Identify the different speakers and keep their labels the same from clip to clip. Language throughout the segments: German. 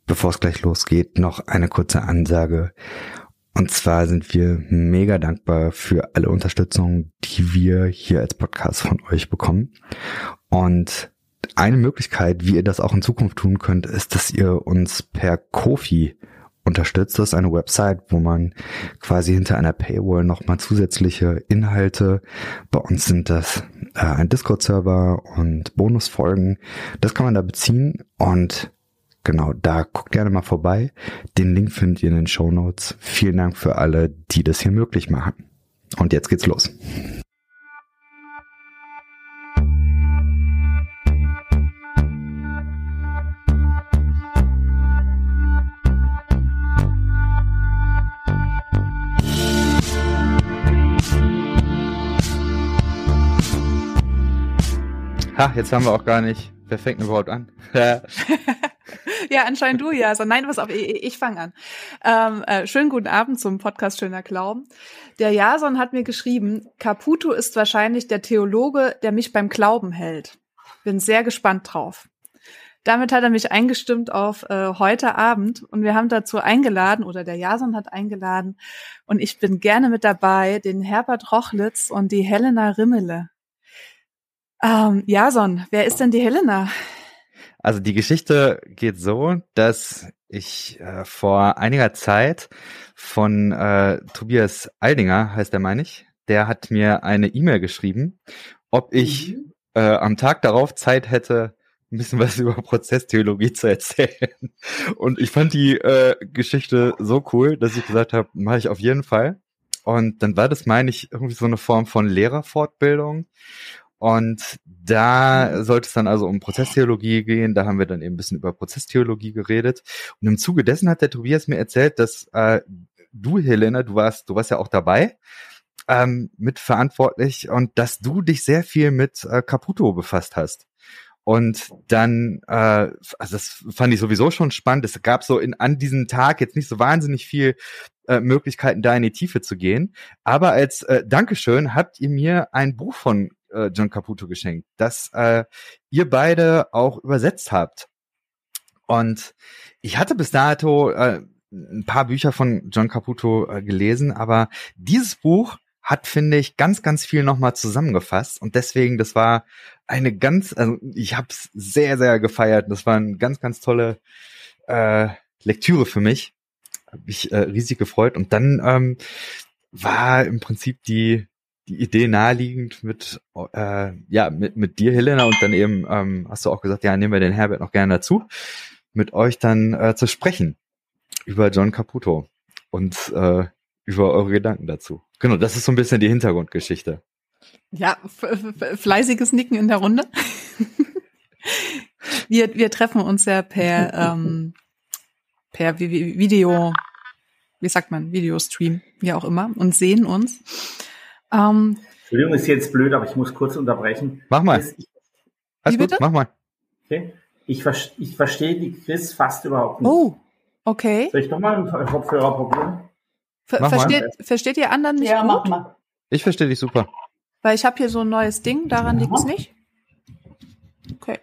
Speaker 1: bevor es gleich losgeht, noch eine kurze Ansage. Und zwar sind wir mega dankbar für alle Unterstützung, die wir hier als Podcast von euch bekommen. Und eine Möglichkeit, wie ihr das auch in Zukunft tun könnt, ist, dass ihr uns per Ko-fi unterstützt. Das ist eine Website, wo man quasi hinter einer Paywall nochmal zusätzliche Inhalte, bei uns sind das ein Discord-Server und Bonusfolgen, das kann man da beziehen und genau, da guckt gerne mal vorbei. Den Link findet ihr in den Shownotes. Vielen Dank für alle, die das hier möglich machen. Und jetzt geht's los. Jetzt haben wir auch gar nicht. Wer fängt denn überhaupt an?
Speaker 2: Ja, anscheinend du, ja. So, nein, pass auf, ich fange an. Schönen guten Abend zum Podcast Schöner Glauben. Der Jason hat mir geschrieben, Caputo ist wahrscheinlich der Theologe, der mich beim Glauben hält. Bin sehr gespannt drauf. Damit hat er mich eingestimmt auf heute Abend und wir haben dazu eingeladen, oder der Jason hat eingeladen und ich bin gerne mit dabei, den Herbert Rochlitz und die Helena Rimmele. Jason, wer ist denn die Helena?
Speaker 1: Also die Geschichte geht so, dass ich vor einiger Zeit von Tobias Aldinger, heißt der, meine ich, der hat mir eine E-Mail geschrieben, ob ich am Tag darauf Zeit hätte, ein bisschen was über Prozesstheologie zu erzählen. Und ich fand die Geschichte so cool, dass ich gesagt habe, mache ich auf jeden Fall. Und dann war das, meine ich, irgendwie so eine Form von Lehrerfortbildung. Und da sollte es dann also um Prozesstheologie gehen. Da haben wir dann eben ein bisschen über Prozesstheologie geredet. Und im Zuge dessen hat der Tobias mir erzählt, dass du, Helena, du warst ja auch dabei, mitverantwortlich und dass du dich sehr viel mit Caputo befasst hast. Und dann, also das fand ich sowieso schon spannend. Es gab so an diesem Tag jetzt nicht so wahnsinnig viel Möglichkeiten, da in die Tiefe zu gehen. Aber als Dankeschön habt ihr mir ein Buch von John Caputo geschenkt, das ihr beide auch übersetzt habt. Und ich hatte bis dato ein paar Bücher von John Caputo gelesen, aber dieses Buch hat, finde ich, ganz, ganz viel nochmal zusammengefasst. Und deswegen, das war also ich habe es sehr, sehr gefeiert. Das war eine ganz, ganz tolle Lektüre für mich. Habe mich riesig gefreut. Und dann war im Prinzip die Idee naheliegend mit dir, Helena, und dann eben hast du auch gesagt, ja, nehmen wir den Herbert noch gerne dazu, mit euch dann zu sprechen über John Caputo und über eure Gedanken dazu. Genau, das ist so ein bisschen die Hintergrundgeschichte.
Speaker 2: Ja, fleißiges Nicken in der Runde. Wir treffen uns ja per Video, wie sagt man, Videostream, wie auch immer, und sehen uns.
Speaker 3: Entschuldigung, ist jetzt blöd, aber ich muss kurz unterbrechen.
Speaker 1: Mach mal. Alles gut, mach mal.
Speaker 3: Okay. Ich verstehe die Chris fast überhaupt nicht.
Speaker 2: Oh, okay.
Speaker 3: Soll ich doch mal einen Kopfhörer probieren?
Speaker 2: Versteht ihr anderen nicht
Speaker 4: ja,
Speaker 2: gut?
Speaker 4: Mach mal.
Speaker 1: Ich verstehe dich super.
Speaker 2: Weil ich habe hier so ein neues Ding, daran liegt es nicht. Okay.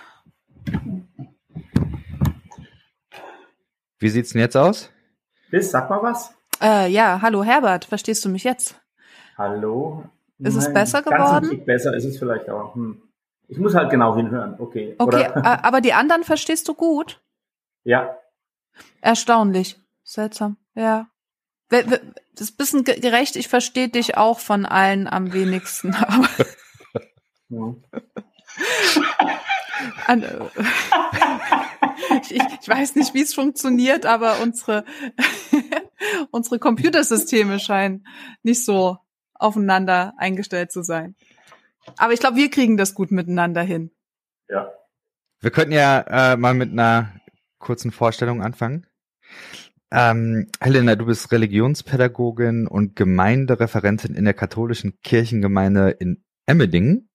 Speaker 1: Wie sieht's denn jetzt aus?
Speaker 3: Chris, sag mal was.
Speaker 2: Ja, hallo Herbert, verstehst du mich jetzt?
Speaker 3: Hallo.
Speaker 2: Ist es besser
Speaker 3: Ganz
Speaker 2: geworden?
Speaker 3: ein Tick besser ist es vielleicht, aber ich muss halt genau hinhören. Okay.
Speaker 2: Okay, aber die anderen verstehst du gut?
Speaker 3: Ja.
Speaker 2: Erstaunlich. Seltsam. Ja. Das ist ein bisschen gerecht, ich verstehe dich auch von allen am wenigsten. Aber ich weiß nicht, wie es funktioniert, aber unsere Computersysteme scheinen nicht so aufeinander eingestellt zu sein. Aber ich glaube, wir kriegen das gut miteinander hin.
Speaker 3: Ja.
Speaker 1: Wir könnten ja mal mit einer kurzen Vorstellung anfangen. Helena, du bist Religionspädagogin und Gemeindereferentin in der katholischen Kirchengemeinde in Emmendingen.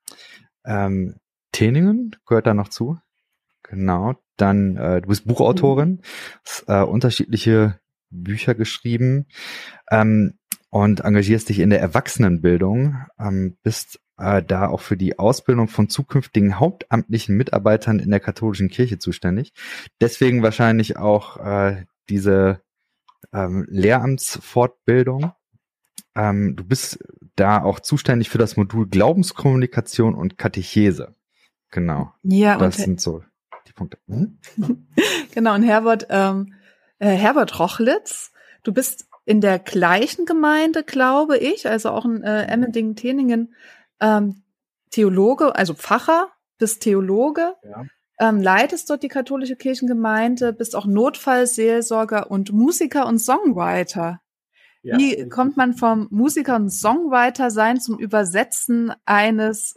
Speaker 1: Teningen gehört da noch zu. Genau. Dann, du bist Buchautorin, hast unterschiedliche Bücher geschrieben und engagierst dich in der Erwachsenenbildung, bist da auch für die Ausbildung von zukünftigen hauptamtlichen Mitarbeitern in der katholischen Kirche zuständig. Deswegen wahrscheinlich auch diese Lehramtsfortbildung. Du bist da auch zuständig für das Modul Glaubenskommunikation und Katechese. Genau.
Speaker 2: Ja,
Speaker 1: das sind so die Punkte.
Speaker 2: Genau, und Herbert Rochlitz, du bist in der gleichen Gemeinde, glaube ich, also auch in Emmendingen-Teningen, Theologe, also Pfarrer, bist Theologe, leitest dort die katholische Kirchengemeinde, bist auch Notfallseelsorger und Musiker und Songwriter. Ja, wie kommt man vom Musiker und Songwriter sein zum Übersetzen eines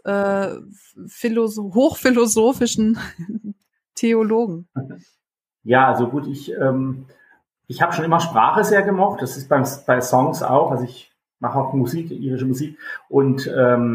Speaker 2: hochphilosophischen Theologen?
Speaker 3: Ja, also gut, ich habe schon immer Sprache sehr gemocht. Das ist bei Songs auch. Also ich mache auch Musik, irische Musik und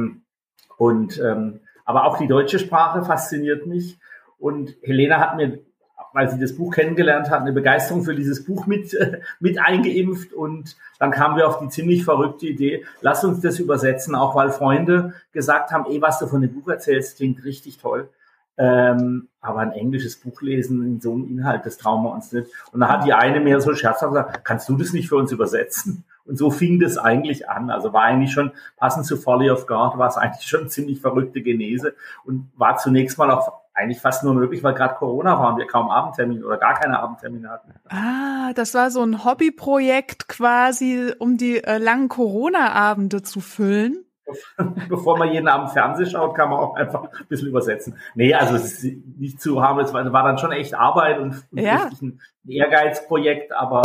Speaker 3: aber auch die deutsche Sprache fasziniert mich. Und Helena hat mir, weil sie das Buch kennengelernt hat, eine Begeisterung für dieses Buch mit eingeimpft. Und dann kamen wir auf die ziemlich verrückte Idee, lass uns das übersetzen, auch weil Freunde gesagt haben, was du von dem Buch erzählst, klingt richtig toll. Aber ein englisches Buch lesen in so einem Inhalt, das trauen wir uns nicht. Und dann hat die eine mir so scherzhaft gesagt, kannst du das nicht für uns übersetzen? Und so fing das eigentlich an. Also war eigentlich schon, passend zu Folly of God, war es eigentlich schon eine ziemlich verrückte Genese und war zunächst mal auch eigentlich fast nur möglich, weil gerade Corona war und wir kaum Abendtermine oder gar keine Abendtermine hatten.
Speaker 2: Das war so ein Hobbyprojekt quasi, um die langen Corona-Abende zu füllen.
Speaker 3: Bevor man jeden Abend Fernsehen schaut, kann man auch einfach ein bisschen übersetzen. Nee, also es ist nicht zu haben, es war dann schon echt Arbeit und richtig ein Ehrgeizprojekt, aber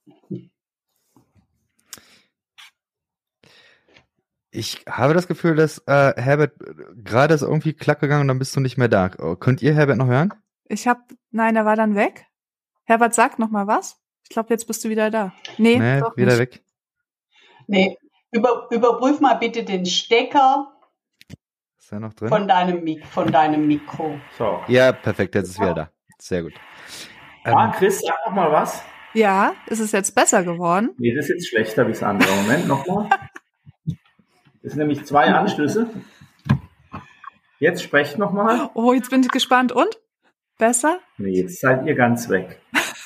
Speaker 1: ich habe das Gefühl, dass Herbert gerade ist irgendwie klack gegangen und dann bist du nicht mehr da. Könnt ihr Herbert noch hören?
Speaker 2: Nein, er war dann weg. Herbert, sag noch mal was. Ich glaube, jetzt bist du wieder da. Nee, doch
Speaker 1: wieder
Speaker 2: nicht.
Speaker 1: Weg.
Speaker 4: Nee, überprüf mal bitte den Stecker.
Speaker 1: Ist er noch drin?
Speaker 4: Von deinem Mikro.
Speaker 3: So.
Speaker 1: Ja, perfekt, jetzt ist wieder da. Sehr gut.
Speaker 3: Chris, sag noch mal was.
Speaker 2: Ja, ist es jetzt besser geworden?
Speaker 3: Nee, das ist jetzt schlechter wie das andere. Moment, nochmal. Das sind nämlich 2 Anschlüsse. Jetzt sprecht nochmal.
Speaker 2: Oh, jetzt bin ich gespannt. Und? Besser?
Speaker 3: Nee, jetzt seid ihr ganz weg.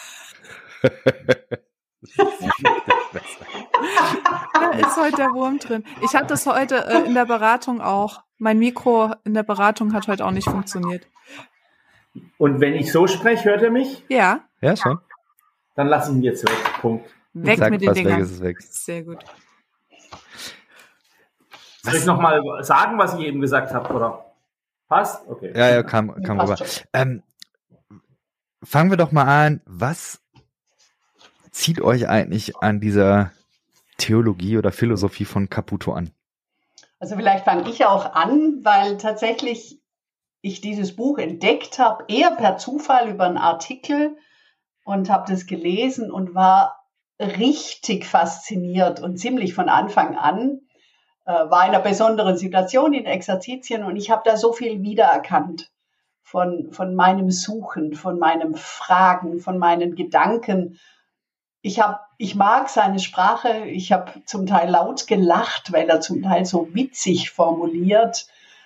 Speaker 2: Da ist heute der Wurm drin. Ich hatte das heute in der Beratung auch. Mein Mikro in der Beratung hat heute auch nicht funktioniert.
Speaker 3: Und wenn ich so spreche, hört ihr mich?
Speaker 2: Ja.
Speaker 1: Ja, schon.
Speaker 3: Dann lassen wir jetzt weg. Punkt.
Speaker 2: Weg mit den Dingern.
Speaker 1: Weg ist es weg.
Speaker 2: Sehr gut.
Speaker 3: Soll ich nochmal sagen, was ich eben gesagt habe, oder? Passt? Okay.
Speaker 1: Ja, kam rüber. Fangen wir doch mal an. Was zieht euch eigentlich an dieser Theologie oder Philosophie von Caputo an?
Speaker 4: Also vielleicht fange ich auch an, weil tatsächlich ich dieses Buch entdeckt habe, eher per Zufall über einen Artikel und habe das gelesen und war richtig fasziniert und ziemlich von Anfang an. War in einer besonderen Situation in Exerzitien und ich habe da so viel wiedererkannt von meinem Suchen, von meinem Fragen, von meinen Gedanken. Ich mag seine Sprache, ich habe zum Teil laut gelacht, weil er zum Teil so witzig formuliert.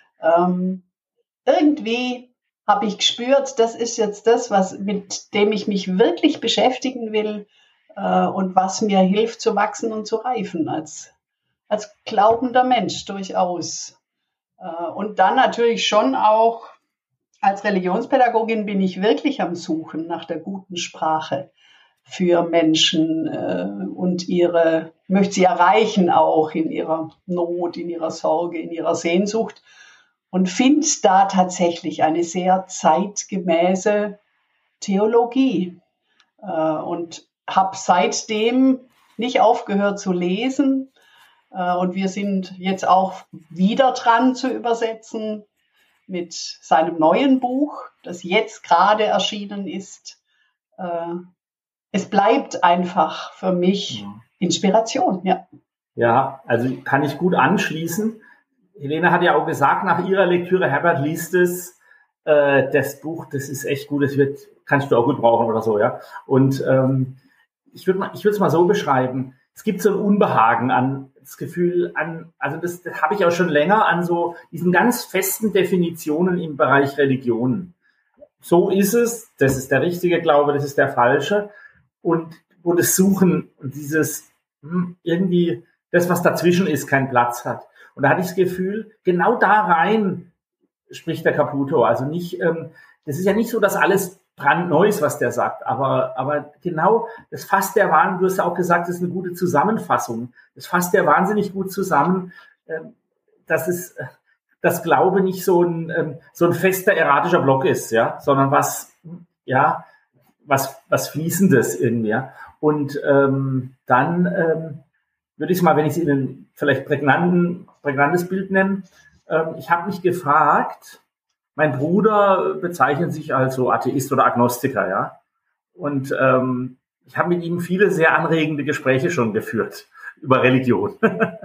Speaker 4: Irgendwie habe ich gespürt, das ist jetzt das, mit dem ich mich wirklich beschäftigen will und was mir hilft zu wachsen und zu reifen als glaubender Mensch durchaus. Und dann natürlich schon auch als Religionspädagogin bin ich wirklich am Suchen nach der guten Sprache für Menschen und möchte sie erreichen auch in ihrer Not, in ihrer Sorge, in ihrer Sehnsucht und finde da tatsächlich eine sehr zeitgemäße Theologie und habe seitdem nicht aufgehört zu lesen. Und wir sind jetzt auch wieder dran zu übersetzen mit seinem neuen Buch, das jetzt gerade erschienen ist. Es bleibt einfach für mich Inspiration, ja. Ja, also kann ich gut anschließen. Helena hat ja auch gesagt, nach ihrer Lektüre, Herbert liest das Buch, das ist echt gut, kannst du auch gut brauchen oder so, ja. Und ich würde es mal so beschreiben.
Speaker 3: es gibt so ein Unbehagen an das Gefühl an, also das habe ich auch schon länger an so diesen ganz festen Definitionen im Bereich Religion. So ist es, das ist der richtige Glaube, das ist der falsche. Und wo das Suchen und dieses irgendwie, das, was dazwischen ist, keinen Platz hat. Und da hatte ich das Gefühl, genau da rein spricht der Caputo. Also nicht, das ist ja nicht so, dass alles brandneu ist, was der sagt, aber genau, das fasst der wahnsinnig, du hast ja auch gesagt, das ist eine gute Zusammenfassung. Das fasst der wahnsinnig gut zusammen, dass Glaube nicht so ein fester erratischer Block ist, ja, sondern was Fließendes irgendwie, ja. Und dann würde ich es mal, wenn ich es Ihnen vielleicht prägnantes Bild nenne, ich habe mich gefragt, mein Bruder bezeichnet sich als so Atheist oder Agnostiker, ja. Und ich habe mit ihm viele sehr anregende Gespräche schon geführt über Religion.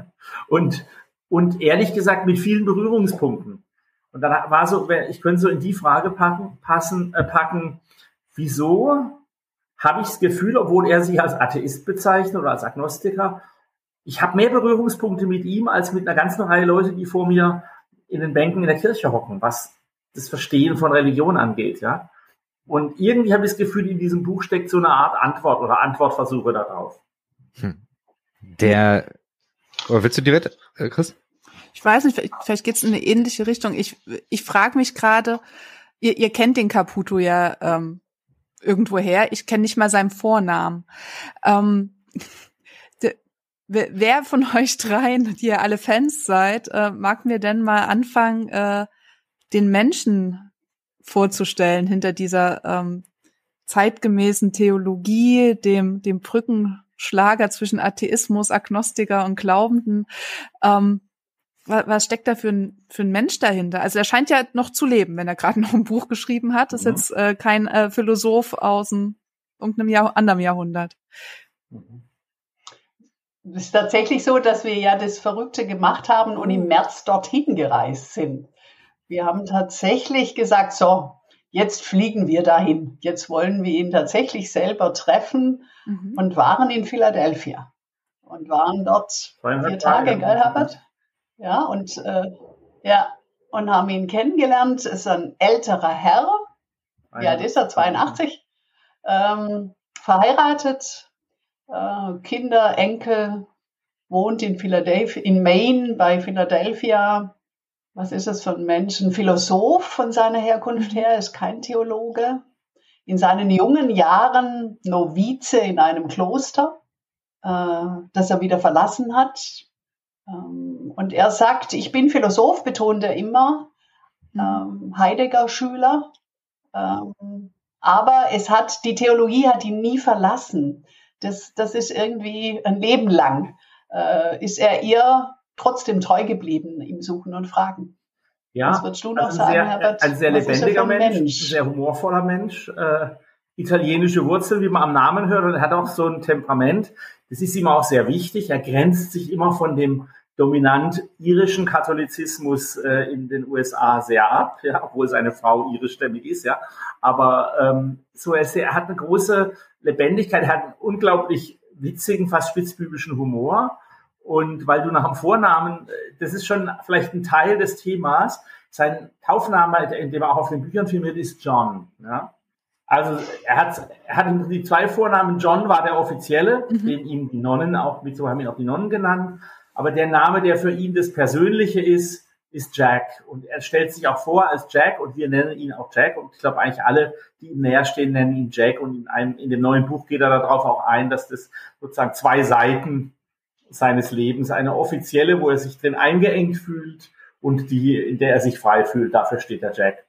Speaker 3: und ehrlich gesagt mit vielen Berührungspunkten. Und dann war so, ich könnte so in die Frage packen, wieso habe ich das Gefühl, obwohl er sich als Atheist bezeichnet oder als Agnostiker, ich habe mehr Berührungspunkte mit ihm als mit einer ganzen Reihe Leute, die vor mir in den Bänken in der Kirche hocken, was das Verstehen von Religion angeht, ja. Und irgendwie habe ich das Gefühl, in diesem Buch steckt so eine Art Antwort oder Antwortversuche darauf.
Speaker 1: Willst du direkt, Chris?
Speaker 2: Ich weiß nicht, vielleicht geht's in eine ähnliche Richtung. Ich frage mich gerade, ihr kennt den Caputo ja irgendwoher. Ich kenne nicht mal seinen Vornamen. Wer von euch dreien, die ihr alle Fans seid, mag mir denn mal anfangen, den Menschen vorzustellen hinter dieser zeitgemäßen Theologie, dem Brückenschlager zwischen Atheismus, Agnostiker und Glaubenden. Was steckt da für ein Mensch dahinter? Also er scheint ja noch zu leben, wenn er gerade noch ein Buch geschrieben hat. Das ist jetzt kein Philosoph aus irgendeinem anderen Jahrhundert.
Speaker 4: Es ist tatsächlich so, dass wir ja das Verrückte gemacht haben und im März dorthin gereist sind. Wir haben tatsächlich gesagt, so, jetzt fliegen wir dahin. Jetzt wollen wir ihn tatsächlich selber treffen und waren in Philadelphia und waren dort 4 Tage, gell, Herbert? Ja, und haben ihn kennengelernt. Ist ein älterer Herr. Wie alt ist er? 82. Verheiratet. Kinder, Enkel, wohnt in Philadelphia, in Maine, bei Philadelphia. Was ist das für ein Mensch? Ein Philosoph von seiner Herkunft her, ist kein Theologe. In seinen jungen Jahren Novize in einem Kloster, das er wieder verlassen hat. Und er sagt, ich bin Philosoph, betont er immer, Heidegger-Schüler. Aber die Theologie hat ihn nie verlassen. Das ist irgendwie ein Leben lang, ist er ihr trotzdem treu geblieben im Suchen und Fragen.
Speaker 3: Ja,
Speaker 4: was würdest du noch sagen, Herbert?
Speaker 3: Ein sehr lebendiger Mensch, ein sehr humorvoller Mensch, italienische Wurzeln, wie man am Namen hört, und er hat auch so ein Temperament, das ist ihm auch sehr wichtig, er grenzt sich immer von dem dominant irischen Katholizismus in den USA sehr ab, ja, obwohl seine Frau irischstämmig ist, ja, aber er hat eine große Lebendigkeit, er hat einen unglaublich witzigen, fast spitzbübischen Humor. Und weil du nach dem Vornamen, das ist schon vielleicht ein Teil des Themas, sein Taufname, in dem er auch auf den Büchern firmiert, ist John. Ja? Also er hat die 2 Vornamen. John war der offizielle, den ihm die Nonnen auch, so haben ihn auch die Nonnen genannt. Aber der Name, der für ihn das Persönliche ist Jack. Und er stellt sich auch vor als Jack und wir nennen ihn auch Jack. Und ich glaube eigentlich alle, die ihm näher stehen, nennen ihn Jack. Und in dem neuen Buch geht er darauf auch ein, dass das sozusagen 2 Seiten seines Lebens, eine offizielle, wo er sich drin eingeengt fühlt und die, in der er sich frei fühlt. Dafür steht der Jack.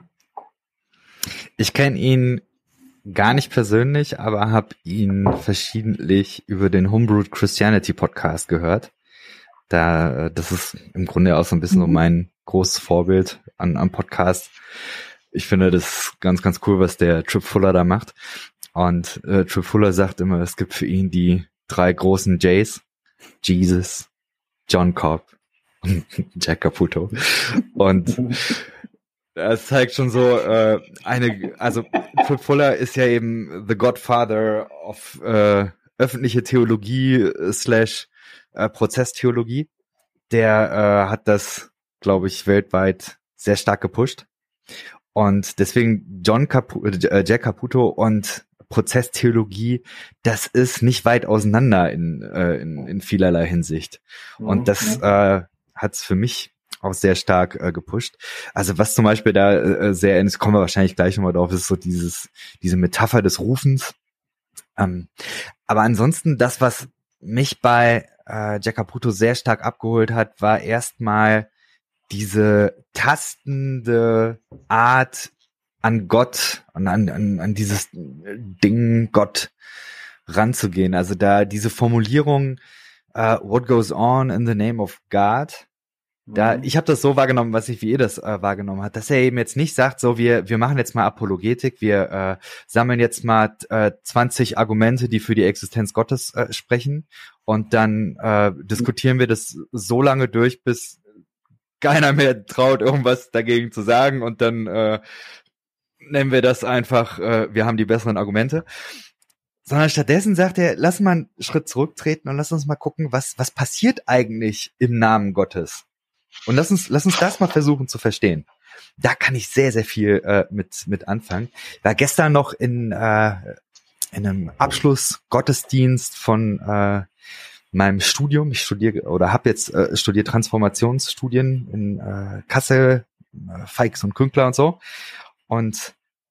Speaker 1: Ich kenne ihn gar nicht persönlich, aber habe ihn verschiedentlich über den Homebrewed Christianity Podcast gehört. Das ist im Grunde auch so ein bisschen so mein großes Vorbild am Podcast. Ich finde das ganz, ganz cool, was der Trip Fuller da macht. Und Trip Fuller sagt immer, es gibt für ihn die 3 großen J's. Jesus, John Cobb und Jack Caputo. Und das zeigt schon so also Trip Fuller ist ja eben the Godfather of öffentliche Theologie / Prozesstheologie. Der hat das, glaube ich, weltweit sehr stark gepusht. Und deswegen Jack Caputo und Prozesstheologie, das ist nicht weit auseinander in vielerlei Hinsicht. Und das hat's für mich auch sehr stark gepusht. Also was zum Beispiel da sehr, das kommen wir wahrscheinlich gleich nochmal drauf, ist so diese Metapher des Rufens. Aber ansonsten das, was mich bei Jack Caputo sehr stark abgeholt hat, war erstmal diese tastende Art an Gott und an dieses Ding Gott ranzugehen. Also da diese Formulierung what goes on in the name of God, ich habe das so wahrgenommen, wie ihr das wahrgenommen habt, dass er eben jetzt nicht sagt, so wir machen jetzt mal Apologetik, wir sammeln jetzt mal 20 Argumente, die für die Existenz Gottes sprechen und dann diskutieren wir das so lange durch, bis keiner mehr traut, irgendwas dagegen zu sagen und dann nennen wir das einfach, wir haben die besseren Argumente. Sondern stattdessen sagt er, lass mal einen Schritt zurücktreten und lass uns mal gucken, was passiert eigentlich im Namen Gottes. Und lass uns das mal versuchen zu verstehen. Da kann ich sehr, sehr viel mit anfangen. Ich war gestern noch in einem Abschlussgottesdienst von meinem Studium. Ich habe jetzt studiert Transformationsstudien in Kassel, Feix und Künkler und so. Und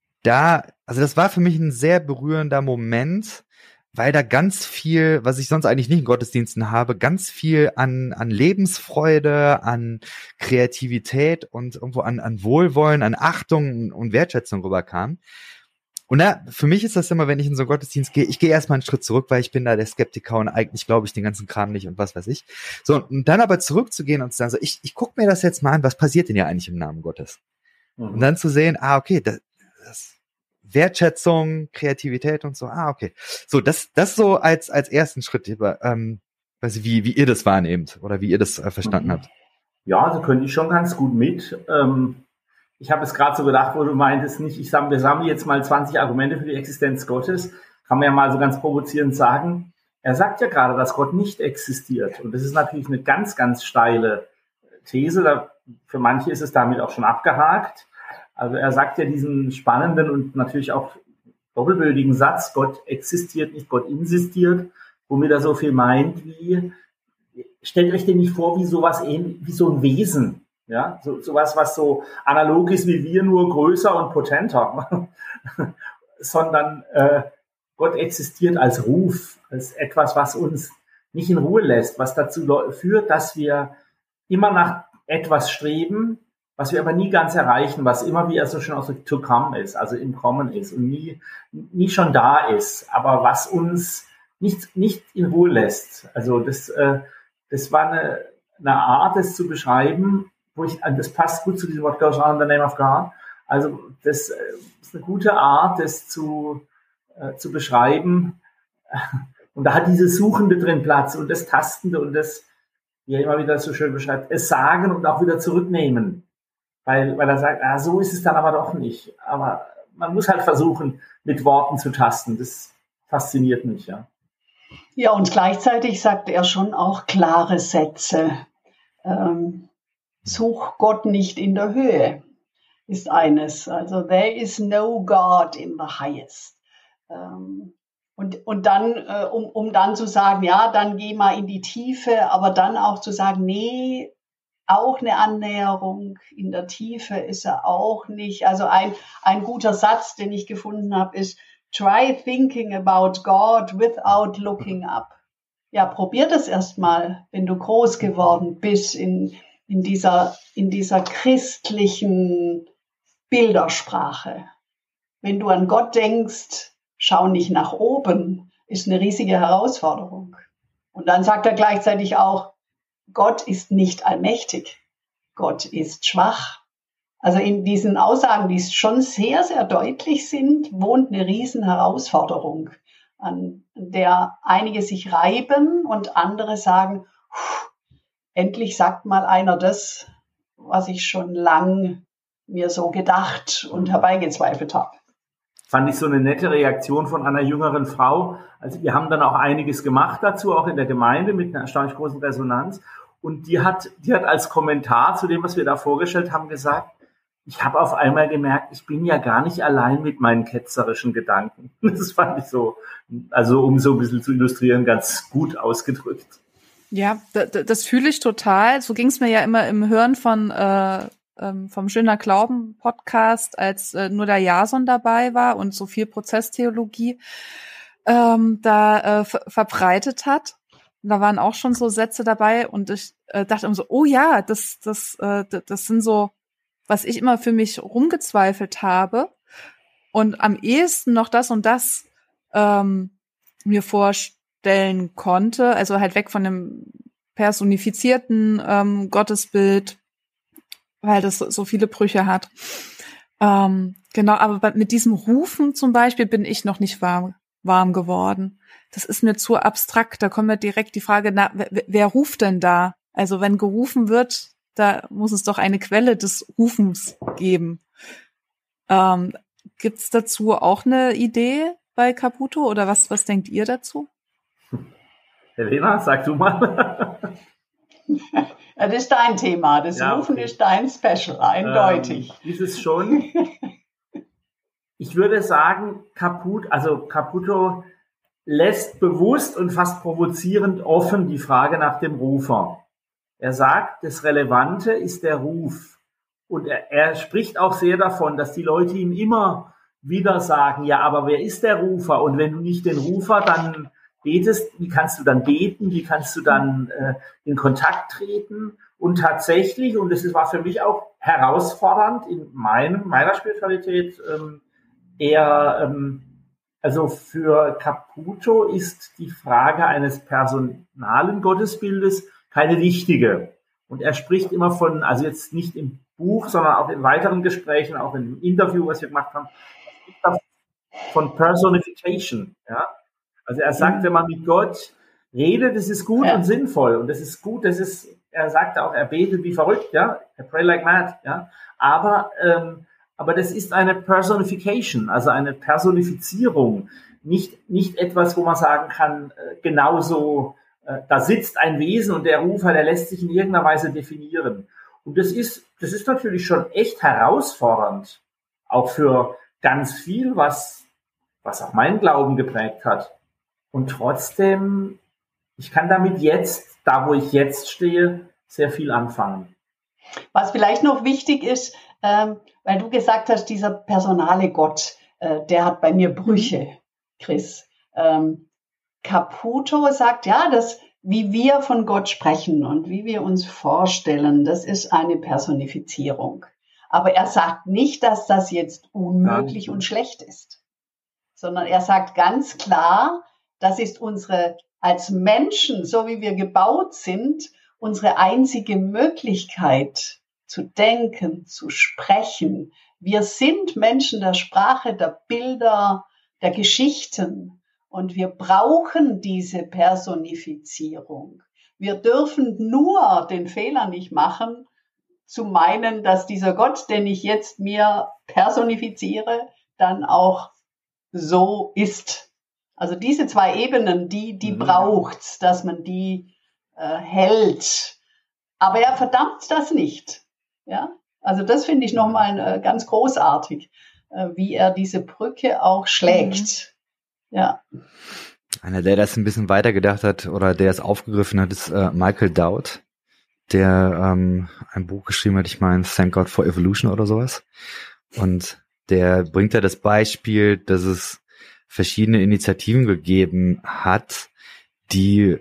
Speaker 1: das war für mich ein sehr berührender Moment, weil da ganz viel, was ich sonst eigentlich nicht in Gottesdiensten habe, ganz viel an Lebensfreude, an Kreativität und irgendwo an Wohlwollen, an Achtung und Wertschätzung rüberkam. Und für mich ist das immer, wenn ich in so einen Gottesdienst gehe, ich gehe erstmal einen Schritt zurück, weil ich bin da der Skeptiker und eigentlich glaube ich den ganzen Kram nicht und was weiß ich. So, und dann aber zurückzugehen und zu sagen, so, ich gucke mir das jetzt mal an, was passiert denn ja eigentlich im Namen Gottes? Und dann zu sehen, okay, das Wertschätzung, Kreativität und so, okay. So, das so als ersten Schritt, weiß ich, wie ihr das wahrnehmt oder wie ihr das verstanden habt.
Speaker 3: Ja, da könnte ich schon ganz gut mit. Ich habe es gerade so gedacht, wo du meintest, wir sammeln jetzt mal 20 Argumente für die Existenz Gottes. Kann man ja mal so ganz provozierend sagen. Er sagt ja gerade, dass Gott nicht existiert. Und das ist natürlich eine ganz, ganz steile These. Für manche ist es damit auch schon abgehakt. Also er sagt ja diesen spannenden und natürlich auch doppelbödigen Satz, Gott existiert nicht, Gott insistiert, womit er so viel meint wie, stellt euch den nicht vor wie sowas wie so ein Wesen, ja, sowas, was so analog ist wie wir, nur größer und potenter, sondern Gott existiert als Ruf, als etwas, was uns nicht in Ruhe lässt, was dazu führt, dass wir immer nach etwas streben, was wir aber nie ganz erreichen, was immer, wie er so schön ausdrückt, to come ist, also im Kommen ist und nie schon da ist, aber was uns nicht in Ruhe lässt. Also das war eine Art, das zu beschreiben, das passt gut zu diesem What goes on in the name of God. Also das ist eine gute Art, das zu beschreiben. Und da hat dieses Suchende drin Platz und das Tastende und das, wie er immer wieder so schön beschreibt, es sagen und auch wieder zurücknehmen. Weil er sagt, so ist es dann aber doch nicht. Aber man muss halt versuchen, mit Worten zu tasten. Das fasziniert mich, ja.
Speaker 4: Ja, und gleichzeitig sagt er schon auch klare Sätze. Such Gott nicht in der Höhe, ist eines. Also, there is no God in the highest. Und dann, um dann zu sagen, ja, dann geh mal in die Tiefe, aber dann auch zu sagen, nee, auch eine Annäherung in der Tiefe ist er auch nicht. Also ein guter Satz, den ich gefunden habe, ist, try thinking about God without looking up. Ja, probier das erstmal, wenn du groß geworden bist in dieser christlichen Bildersprache. Wenn du an Gott denkst, schau nicht nach oben, ist eine riesige Herausforderung. Und dann sagt er gleichzeitig auch, Gott ist nicht allmächtig. Gott ist schwach. Also in diesen Aussagen, die schon sehr, sehr deutlich sind, wohnt eine riesen Herausforderung, an der einige sich reiben und andere sagen, endlich sagt mal einer das, was ich schon lang mir so gedacht und herbeigezweifelt habe.
Speaker 3: fand ich so eine nette Reaktion von einer jüngeren Frau. Also wir haben dann auch einiges gemacht dazu, auch in der Gemeinde mit einer erstaunlich großen Resonanz. Und die hat als Kommentar zu dem, was wir da vorgestellt haben, gesagt, ich habe auf einmal gemerkt, ich bin ja gar nicht allein mit meinen ketzerischen Gedanken. Das fand ich so, also um so ein bisschen zu illustrieren, ganz gut ausgedrückt.
Speaker 2: Ja, das fühle ich total. So ging es mir ja immer im Hören vom Schöner Glauben Podcast, als nur der Jason dabei war und so viel Prozesstheologie verbreitet hat. Und da waren auch schon so Sätze dabei und ich dachte immer so, oh ja, das sind so, was ich immer für mich rumgezweifelt habe und am ehesten noch das und das mir vorstellen konnte, also halt weg von dem personifizierten Gottesbild, weil das so viele Brüche hat. Genau, aber mit diesem Rufen zum Beispiel bin ich noch nicht warm geworden. Das ist mir zu abstrakt. Da kommt mir direkt die Frage, wer ruft denn da? Also wenn gerufen wird, da muss es doch eine Quelle des Rufens geben. Gibt's dazu auch eine Idee bei Caputo oder was denkt ihr dazu?
Speaker 3: Helena, sag du mal.
Speaker 4: Das ist dein Thema. Das Rufen ist dein Special, eindeutig.
Speaker 3: Ist es schon. Ich würde sagen, Caputo lässt bewusst und fast provozierend offen die Frage nach dem Rufer. Er sagt, das Relevante ist der Ruf. Und er spricht auch sehr davon, dass die Leute ihm immer wieder sagen, ja, aber wer ist der Rufer? Und wenn du nicht den Rufer dann betest, wie kannst du dann beten? Wie kannst du dann in Kontakt treten? Und tatsächlich, und das war für mich auch herausfordernd in meiner Spiritualität, also für Caputo ist die Frage eines personalen Gottesbildes keine wichtige. Und er spricht immer von, also jetzt nicht im Buch, sondern auch in weiteren Gesprächen, auch im Interview, was wir gemacht haben, von Personification. Ja? Also er sagt, wenn man mit Gott redet, das ist gut und sinnvoll. Und das ist gut, er sagt auch, er betet wie verrückt, ja, I pray like mad, ja. Aber das ist eine Personification, also eine Personifizierung. Nicht etwas, wo man sagen kann, genauso, da sitzt ein Wesen und der Rufer, der lässt sich in irgendeiner Weise definieren. Und das ist natürlich schon echt herausfordernd, auch für ganz viel, was auch meinen Glauben geprägt hat. Und trotzdem, ich kann damit jetzt, da wo ich jetzt stehe, sehr viel anfangen.
Speaker 4: Was vielleicht noch wichtig ist, weil du gesagt hast, dieser personale Gott, der hat bei mir Brüche, Chris. Caputo sagt, ja, dass wie wir von Gott sprechen und wie wir uns vorstellen, das ist eine Personifizierung. Aber er sagt nicht, dass das jetzt unmöglich und schlecht ist, sondern er sagt ganz klar, das ist unsere, als Menschen, so wie wir gebaut sind, unsere einzige Möglichkeit zu denken, zu sprechen. Wir sind Menschen der Sprache, der Bilder, der Geschichten und wir brauchen diese Personifizierung. Wir dürfen nur den Fehler nicht machen, zu meinen, dass dieser Gott, den ich jetzt mir personifiziere, dann auch so ist. Also diese zwei Ebenen, die braucht's, dass man die hält. Aber er verdammt das nicht. Ja, also das finde ich nochmal ganz großartig, wie er diese Brücke auch schlägt. Ja.
Speaker 1: Einer, der das ein bisschen weitergedacht hat oder der es aufgegriffen hat, ist Michael Dowd, der ein Buch geschrieben hat, ich meine Thank God for Evolution oder sowas. Und der bringt ja das Beispiel, dass es verschiedene Initiativen gegeben hat, die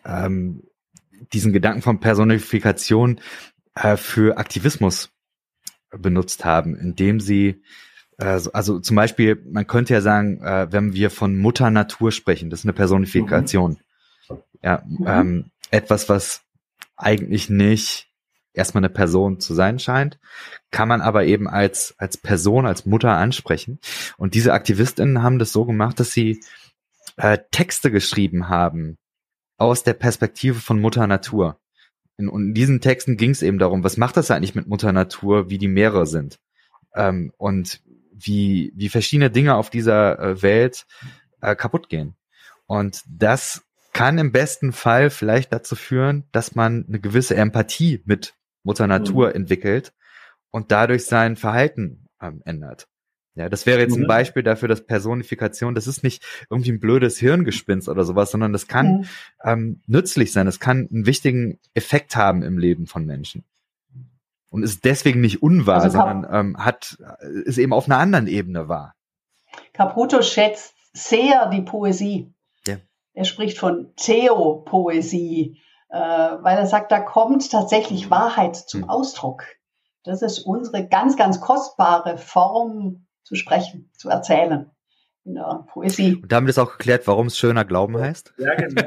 Speaker 1: diesen Gedanken von Personifikation für Aktivismus benutzt haben, indem sie also zum Beispiel, man könnte ja sagen, wenn wir von Mutter Natur sprechen, das ist eine Personifikation. Ja, etwas, was eigentlich nicht erstmal eine Person zu sein scheint, kann man aber eben als Person, als Mutter ansprechen. Und diese AktivistInnen haben das so gemacht, dass sie Texte geschrieben haben aus der Perspektive von Mutter Natur. Und in diesen Texten ging es eben darum, was macht das eigentlich mit Mutter Natur, wie die Meere sind? Und wie verschiedene Dinge auf dieser Welt kaputt gehen. Und das kann im besten Fall vielleicht dazu führen, dass man eine gewisse Empathie mit Mutter Natur entwickelt und dadurch sein Verhalten ändert. Ja, das wäre jetzt ein Beispiel dafür, dass Personifikation, das ist nicht irgendwie ein blödes Hirngespinst oder sowas, sondern das kann nützlich sein, es kann einen wichtigen Effekt haben im Leben von Menschen. Und ist deswegen nicht unwahr, also sondern ist eben auf einer anderen Ebene wahr.
Speaker 4: Caputo schätzt sehr die Poesie. Ja. Er spricht von Theopoesie, weil er sagt, da kommt tatsächlich Wahrheit zum Ausdruck. Das ist unsere ganz, ganz kostbare Form zu sprechen, zu erzählen in der Poesie.
Speaker 1: Und damit ist auch geklärt, warum es schöner Glauben heißt?
Speaker 3: Ja, genau.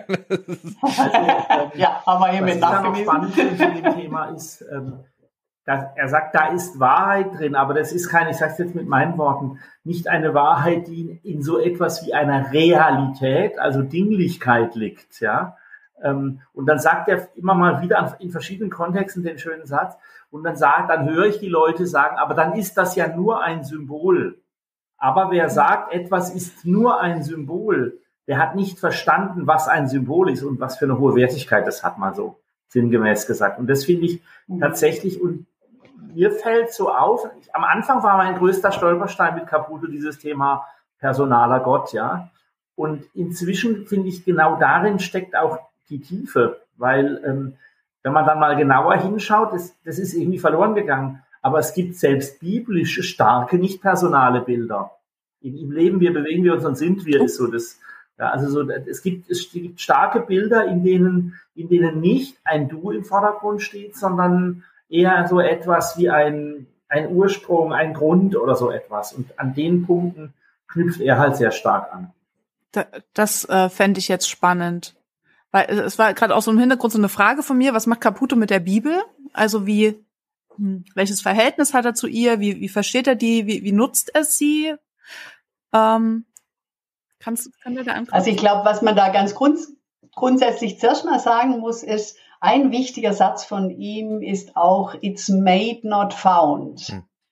Speaker 4: Ja, haben wir hiermit
Speaker 3: nachgewiesen. Was spannend zu dem Thema ist, er sagt, da ist Wahrheit drin, aber das ist keine, ich sage es jetzt mit meinen Worten, nicht eine Wahrheit, die in so etwas wie einer Realität, also Dinglichkeit liegt, ja. Und dann sagt er immer mal wieder in verschiedenen Kontexten den schönen Satz, und dann höre ich die Leute sagen, aber dann ist das ja nur ein Symbol. Aber wer sagt, etwas ist nur ein Symbol, der hat nicht verstanden, was ein Symbol ist und was für eine hohe Wertigkeit das hat, mal so sinngemäß gesagt. Und das finde ich tatsächlich, und mir fällt so auf, am Anfang war mein größter Stolperstein mit Caputo dieses Thema personaler Gott, ja. Und inzwischen finde ich, genau darin steckt auch die Tiefe, weil wenn man dann mal genauer hinschaut, das ist irgendwie verloren gegangen. Aber es gibt selbst biblisch starke, nicht personale Bilder. Im Leben bewegen wir uns und sind wir, ist so das. Ja, also so, es gibt starke Bilder, in denen nicht ein Du im Vordergrund steht, sondern eher so etwas wie ein Ursprung, ein Grund oder so etwas. Und an den Punkten knüpft er halt sehr stark an.
Speaker 2: Das fände ich jetzt spannend. Weil es war gerade auch so im Hintergrund so eine Frage von mir, was macht Caputo mit der Bibel? Also welches Verhältnis hat er zu ihr? Wie versteht er die? Wie nutzt er sie? Kann der da antworten?
Speaker 4: Also ich glaube, was man da ganz grundsätzlich zuerst mal sagen muss, ist, ein wichtiger Satz von ihm ist auch, it's made, not found.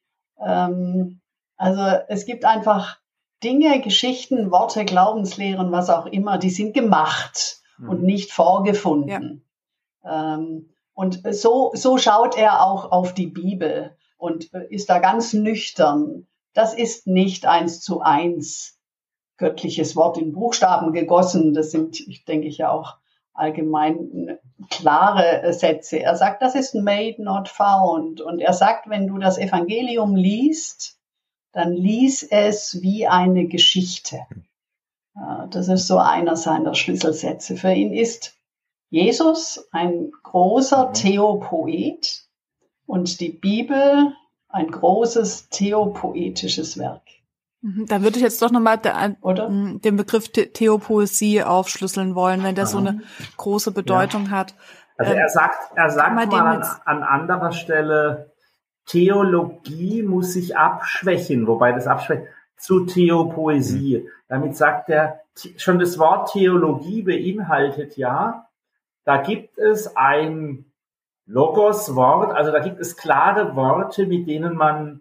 Speaker 4: Also es gibt einfach Dinge, Geschichten, Worte, Glaubenslehren, was auch immer, die sind gemacht und nicht vorgefunden. Ja. Und so schaut er auch auf die Bibel und ist da ganz nüchtern. Das ist nicht 1:1 göttliches Wort in Buchstaben gegossen. Das sind, denke ich, ja auch allgemein klare Sätze. Er sagt, das ist made, not found. Und er sagt, wenn du das Evangelium liest, dann lies es wie eine Geschichte. Das ist so einer seiner Schlüsselsätze. Für ihn ist Jesus ein großer Theopoet und die Bibel ein großes theopoetisches Werk.
Speaker 2: Da würde ich jetzt doch nochmal den Begriff Theopoesie aufschlüsseln wollen, wenn der so eine große Bedeutung hat.
Speaker 3: Also er sagt mal an anderer Stelle, Theologie muss sich abschwächen, wobei das Abschwächen zu Theopoesie. Damit sagt er, schon das Wort Theologie beinhaltet ja, da gibt es ein Logos-Wort, also da gibt es klare Worte, mit denen man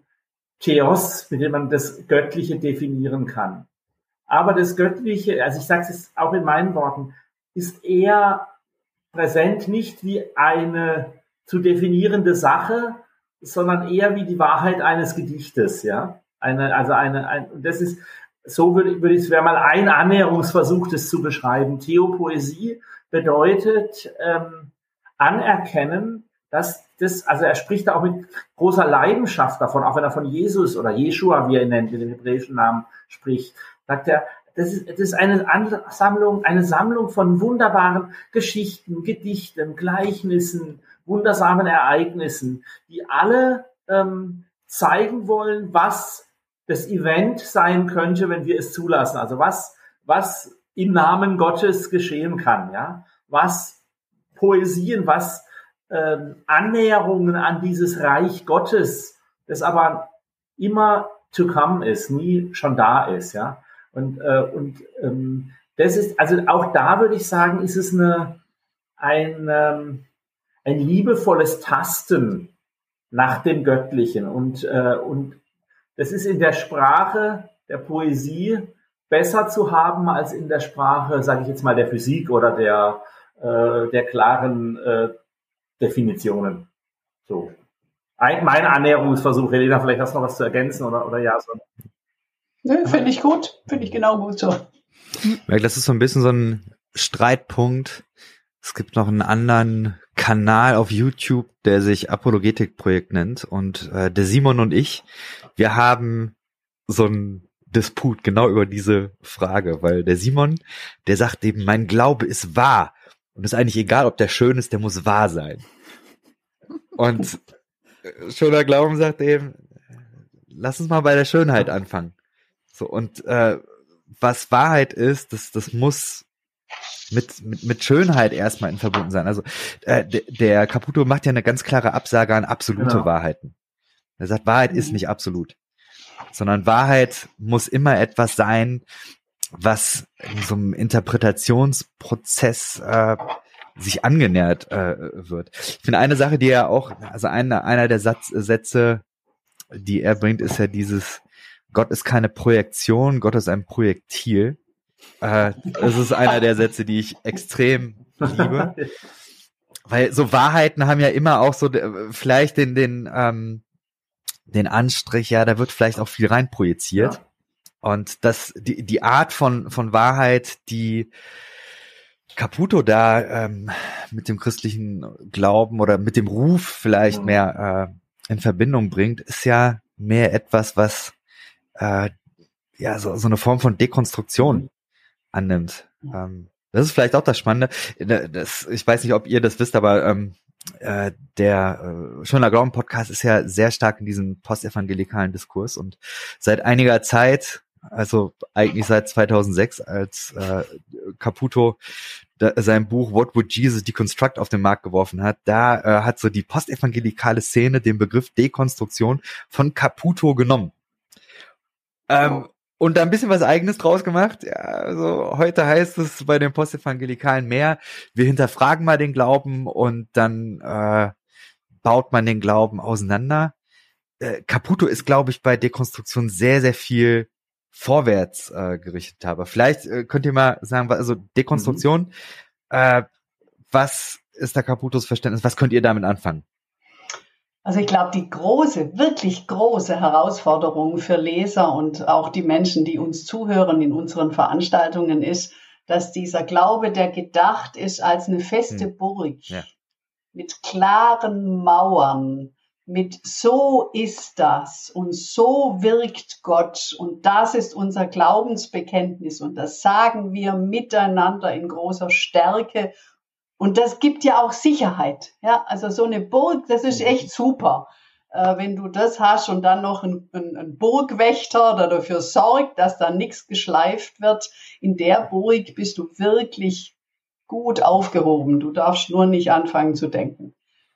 Speaker 3: das Göttliche definieren kann. Aber das Göttliche, also ich sage es auch in meinen Worten, ist eher präsent nicht wie eine zu definierende Sache, sondern eher wie die Wahrheit eines Gedichtes, ja. Das ist, so würde ich, es wäre mal ein Annäherungsversuch, das zu beschreiben. Theopoesie bedeutet anerkennen, dass das, also er spricht da auch mit großer Leidenschaft davon, auch wenn er von Jesus oder Jeschua, wie er ihn nennt, mit dem hebräischen Namen spricht, sagt er, das ist eine Sammlung von wunderbaren Geschichten, Gedichten, Gleichnissen, wundersamen Ereignissen, die alle zeigen wollen, was das Event sein könnte, wenn wir es zulassen. Also was im Namen Gottes geschehen kann, ja, was Poesien, was Annäherungen an dieses Reich Gottes, das aber immer to come ist, nie schon da ist, ja. Und das ist, also auch da würde ich sagen, ist es ein liebevolles Tasten nach dem Göttlichen und das ist in der Sprache der Poesie besser zu haben als in der Sprache, sage ich jetzt mal, der Physik oder der klaren Definitionen. So. Mein Annäherungsversuch, Helena, vielleicht hast du noch was zu ergänzen oder ja. So.
Speaker 4: Nö, finde ich gut. Finde ich genau gut so.
Speaker 1: Das ist so ein bisschen so ein Streitpunkt. Es gibt noch einen anderen Kanal auf YouTube, der sich Apologetik-Projekt nennt. Und der Simon und ich, wir haben so einen Disput genau über diese Frage. Weil der Simon, der sagt eben, mein Glaube ist wahr. Und es ist eigentlich egal, ob der schön ist, der muss wahr sein. Und schöner Glauben sagt eben, lass uns mal bei der Schönheit anfangen. So, und was Wahrheit ist, das muss mit Schönheit erstmal in verbunden sein. Also der Caputo macht ja eine ganz klare Absage an absolute Wahrheiten. Er sagt, Wahrheit ist nicht absolut, sondern Wahrheit muss immer etwas sein, was in so einem Interpretationsprozess sich angenähert wird. Ich finde eine Sache, die er auch, also einer der Sätze, die er bringt, ist ja dieses: Gott ist keine Projektion, Gott ist ein Projektil. Das ist einer der Sätze, die ich extrem liebe. Weil so Wahrheiten haben ja immer auch so vielleicht den Anstrich, ja, da wird vielleicht auch viel reinprojiziert. Ja. Und die Art von Wahrheit, die Caputo da mit dem christlichen Glauben oder mit dem Ruf vielleicht mehr in Verbindung bringt, ist ja mehr etwas, was ja so eine Form von Dekonstruktion annimmt. Das ist vielleicht auch das Spannende. Ich weiß nicht, ob ihr das wisst, aber der Schöner Glauben Podcast ist ja sehr stark in diesem postevangelikalen Diskurs und seit einiger Zeit, also eigentlich seit 2006, als Caputo sein Buch What Would Jesus Deconstruct auf den Markt geworfen hat, da hat so die postevangelikale Szene den Begriff Dekonstruktion von Caputo genommen. Und da ein bisschen was Eigenes draus gemacht. Ja, also heute heißt es bei den Postevangelikalen mehr, wir hinterfragen mal den Glauben und dann baut man den Glauben auseinander. Caputo ist, glaube ich, bei Dekonstruktion sehr, sehr viel vorwärts gerichtet. Aber vielleicht könnt ihr mal sagen, also Dekonstruktion, was ist da Caputos Verständnis? Was könnt ihr damit anfangen?
Speaker 4: Also ich glaube, die wirklich große Herausforderung für Leser und auch die Menschen, die uns zuhören in unseren Veranstaltungen, ist, dass dieser Glaube, der gedacht ist als eine feste Burg, mit klaren Mauern, mit so ist das und so wirkt Gott und das ist unser Glaubensbekenntnis und das sagen wir miteinander in großer Stärke. Und das gibt ja auch Sicherheit. Ja, also so eine Burg, das ist echt super. Wenn du das hast und dann noch ein Burgwächter, der dafür sorgt, dass da nichts geschleift wird. In der Burg bist du wirklich gut aufgehoben. Du darfst nur nicht anfangen zu denken.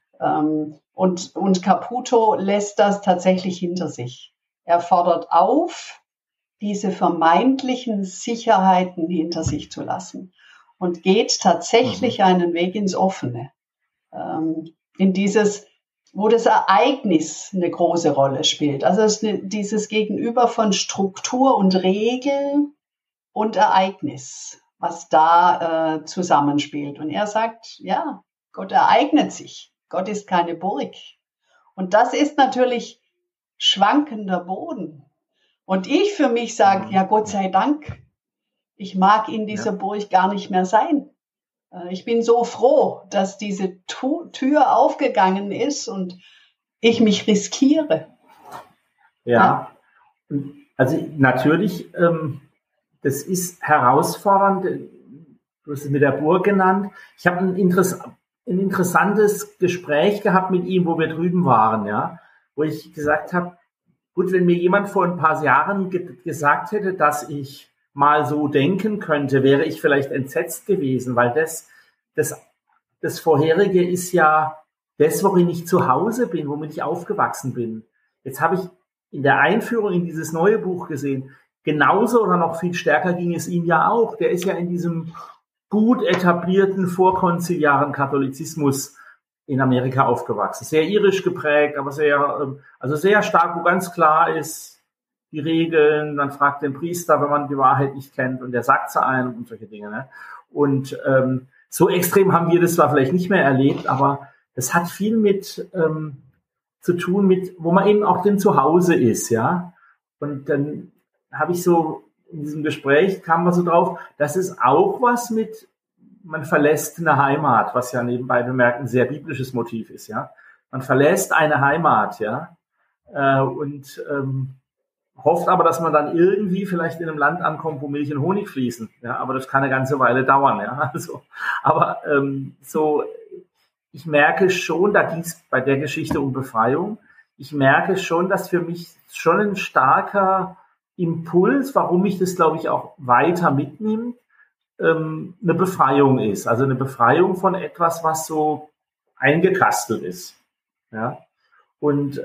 Speaker 4: Und Caputo lässt das tatsächlich hinter sich. Er fordert auf, diese vermeintlichen Sicherheiten hinter sich zu lassen. Und geht tatsächlich einen Weg ins Offene. In dieses, wo das Ereignis eine große Rolle spielt. Also es ist dieses Gegenüber von Struktur und Regel und Ereignis, was da zusammenspielt. Und er sagt, ja, Gott ereignet sich. Gott ist keine Burg. Und das ist natürlich schwankender Boden. Und ich für mich sage, ja, Gott sei Dank, ich mag in dieser Burg gar nicht mehr sein. Ich bin so froh, dass diese Tür aufgegangen ist und ich mich riskiere.
Speaker 3: Ja. Also natürlich, das ist herausfordernd. Du hast es mit der Burg genannt. Ich habe ein interessantes Gespräch gehabt mit ihm, wo wir drüben waren, ja, wo ich gesagt habe, gut, wenn mir jemand vor ein paar Jahren gesagt hätte, dass ich mal so denken könnte, wäre ich vielleicht entsetzt gewesen, weil das Vorherige ist ja das, worin ich zu Hause bin, womit ich aufgewachsen bin. Jetzt habe ich in der Einführung in dieses neue Buch gesehen, genauso oder noch viel stärker ging es ihm ja auch. Der ist ja in diesem gut etablierten vorkonziliaren Katholizismus in Amerika aufgewachsen. Sehr irisch geprägt, aber sehr stark, wo ganz klar ist, die Regeln, man fragt den Priester, wenn man die Wahrheit nicht kennt, und der sagt sie einem und solche Dinge. Ne? Und so extrem haben wir das zwar vielleicht nicht mehr erlebt, aber das hat viel mit zu tun, mit wo man eben auch denn zu Hause ist, ja. Und dann habe ich so in diesem Gespräch kam man so drauf, das ist auch was mit, man verlässt eine Heimat, was ja nebenbei bemerkt ein sehr biblisches Motiv ist, ja. Man verlässt eine Heimat, ja, und hofft aber, dass man dann irgendwie vielleicht in einem Land ankommt, wo Milch und Honig fließen, ja. Aber das kann eine ganze Weile dauern, ja. Also, aber so, ich merke schon, da ging es bei der Geschichte um Befreiung. Ich merke schon, dass für mich schon ein starker Impuls, warum ich das, glaube ich, auch weiter mitnehme, eine Befreiung ist. Also eine Befreiung von etwas, was so eingekastelt ist. Ja? Und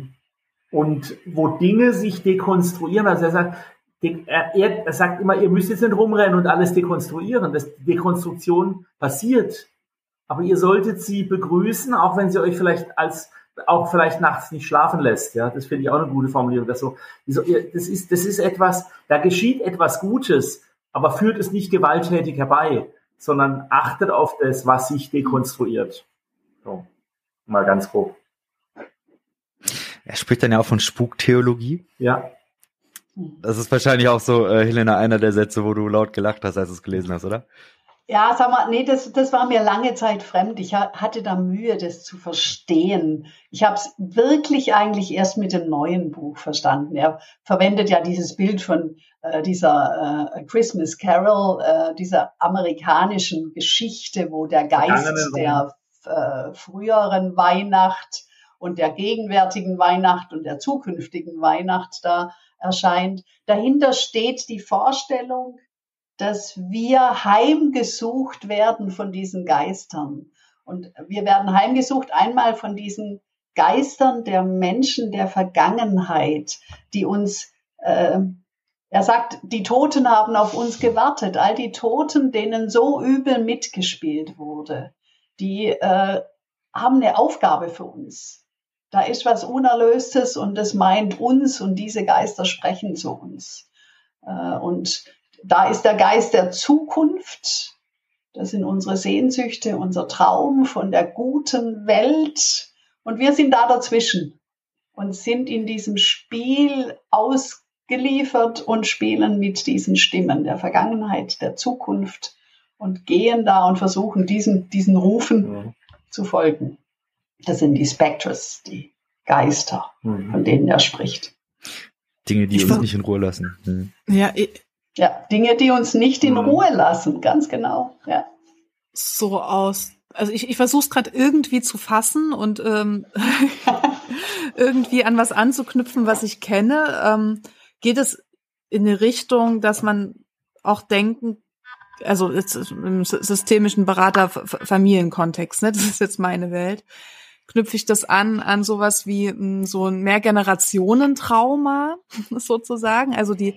Speaker 3: wo Dinge sich dekonstruieren. Also er sagt immer, ihr müsst jetzt nicht rumrennen und alles dekonstruieren. Die Dekonstruktion passiert. Aber ihr solltet sie begrüßen, auch wenn sie euch vielleicht nachts nicht schlafen lässt. Ja, das finde ich auch eine gute Formulierung. Das ist etwas, da geschieht etwas Gutes, aber führt es nicht gewalttätig herbei, sondern achtet auf das, was sich dekonstruiert. So, mal ganz grob.
Speaker 1: Er spricht dann ja auch von Spuktheologie.
Speaker 3: Ja.
Speaker 1: Das ist wahrscheinlich auch so, Helena, einer der Sätze, wo du laut gelacht hast, als du es gelesen hast, oder?
Speaker 4: Ja, sag mal, nee, das war mir lange Zeit fremd. Ich hatte da Mühe, das zu verstehen. Ich habe es wirklich eigentlich erst mit dem neuen Buch verstanden. Er verwendet ja dieses Bild von dieser Christmas Carol, dieser amerikanischen Geschichte, wo der Geist der früheren Weihnacht und der gegenwärtigen Weihnacht und der zukünftigen Weihnacht da erscheint. Dahinter steht die Vorstellung, dass wir heimgesucht werden von diesen Geistern. Und wir werden heimgesucht einmal von diesen Geistern der Menschen der Vergangenheit, die uns, er sagt, die Toten haben auf uns gewartet. All die Toten, denen so übel mitgespielt wurde, die haben eine Aufgabe für uns. Da ist was Unerlöstes und das meint uns und diese Geister sprechen zu uns. Und da ist der Geist der Zukunft, das sind unsere Sehnsüchte, unser Traum von der guten Welt. Und wir sind da dazwischen und sind in diesem Spiel ausgeliefert und spielen mit diesen Stimmen der Vergangenheit, der Zukunft und gehen da und versuchen, diesen Rufen zu folgen. Das sind die Spectres, die Geister, von denen er spricht.
Speaker 1: Dinge, die uns nicht in Ruhe lassen.
Speaker 4: Ja, Dinge, die uns nicht in Ruhe lassen, ganz genau. Ja.
Speaker 2: So aus. Also ich versuche es gerade irgendwie zu fassen und irgendwie an was anzuknüpfen, was ich kenne. Geht es in eine Richtung, dass man auch denken, also jetzt im systemischen Berater-Familienkontext, ne, das ist jetzt meine Welt, knüpfe ich das an sowas wie so ein Mehrgenerationentrauma sozusagen, also die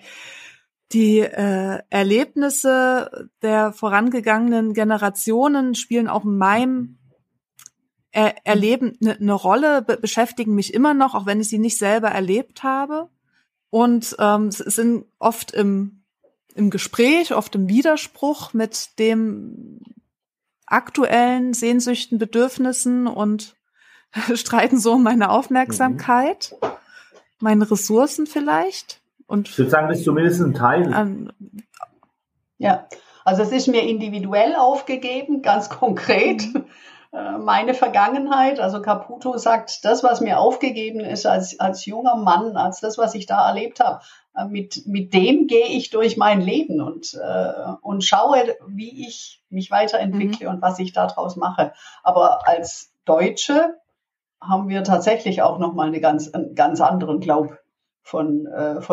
Speaker 2: Erlebnisse der vorangegangenen Generationen spielen auch in meinem Erleben eine Rolle, beschäftigen mich immer noch, auch wenn ich sie nicht selber erlebt habe. Und sind oft im Gespräch, oft im Widerspruch mit dem aktuellen Sehnsüchten, Bedürfnissen und streiten so um meine Aufmerksamkeit, meine Ressourcen vielleicht. Und
Speaker 3: ich würde sagen, das ist zumindest ein Teil.
Speaker 4: Ja, also es ist mir individuell aufgegeben, ganz konkret. Meine Vergangenheit, also Caputo sagt, das, was mir aufgegeben ist als junger Mann, als das, was ich da erlebt habe, mit dem gehe ich durch mein Leben und schaue, wie ich mich weiterentwickle und was ich daraus mache. Aber als Deutsche haben wir tatsächlich auch nochmal einen ganz anderen Glaub von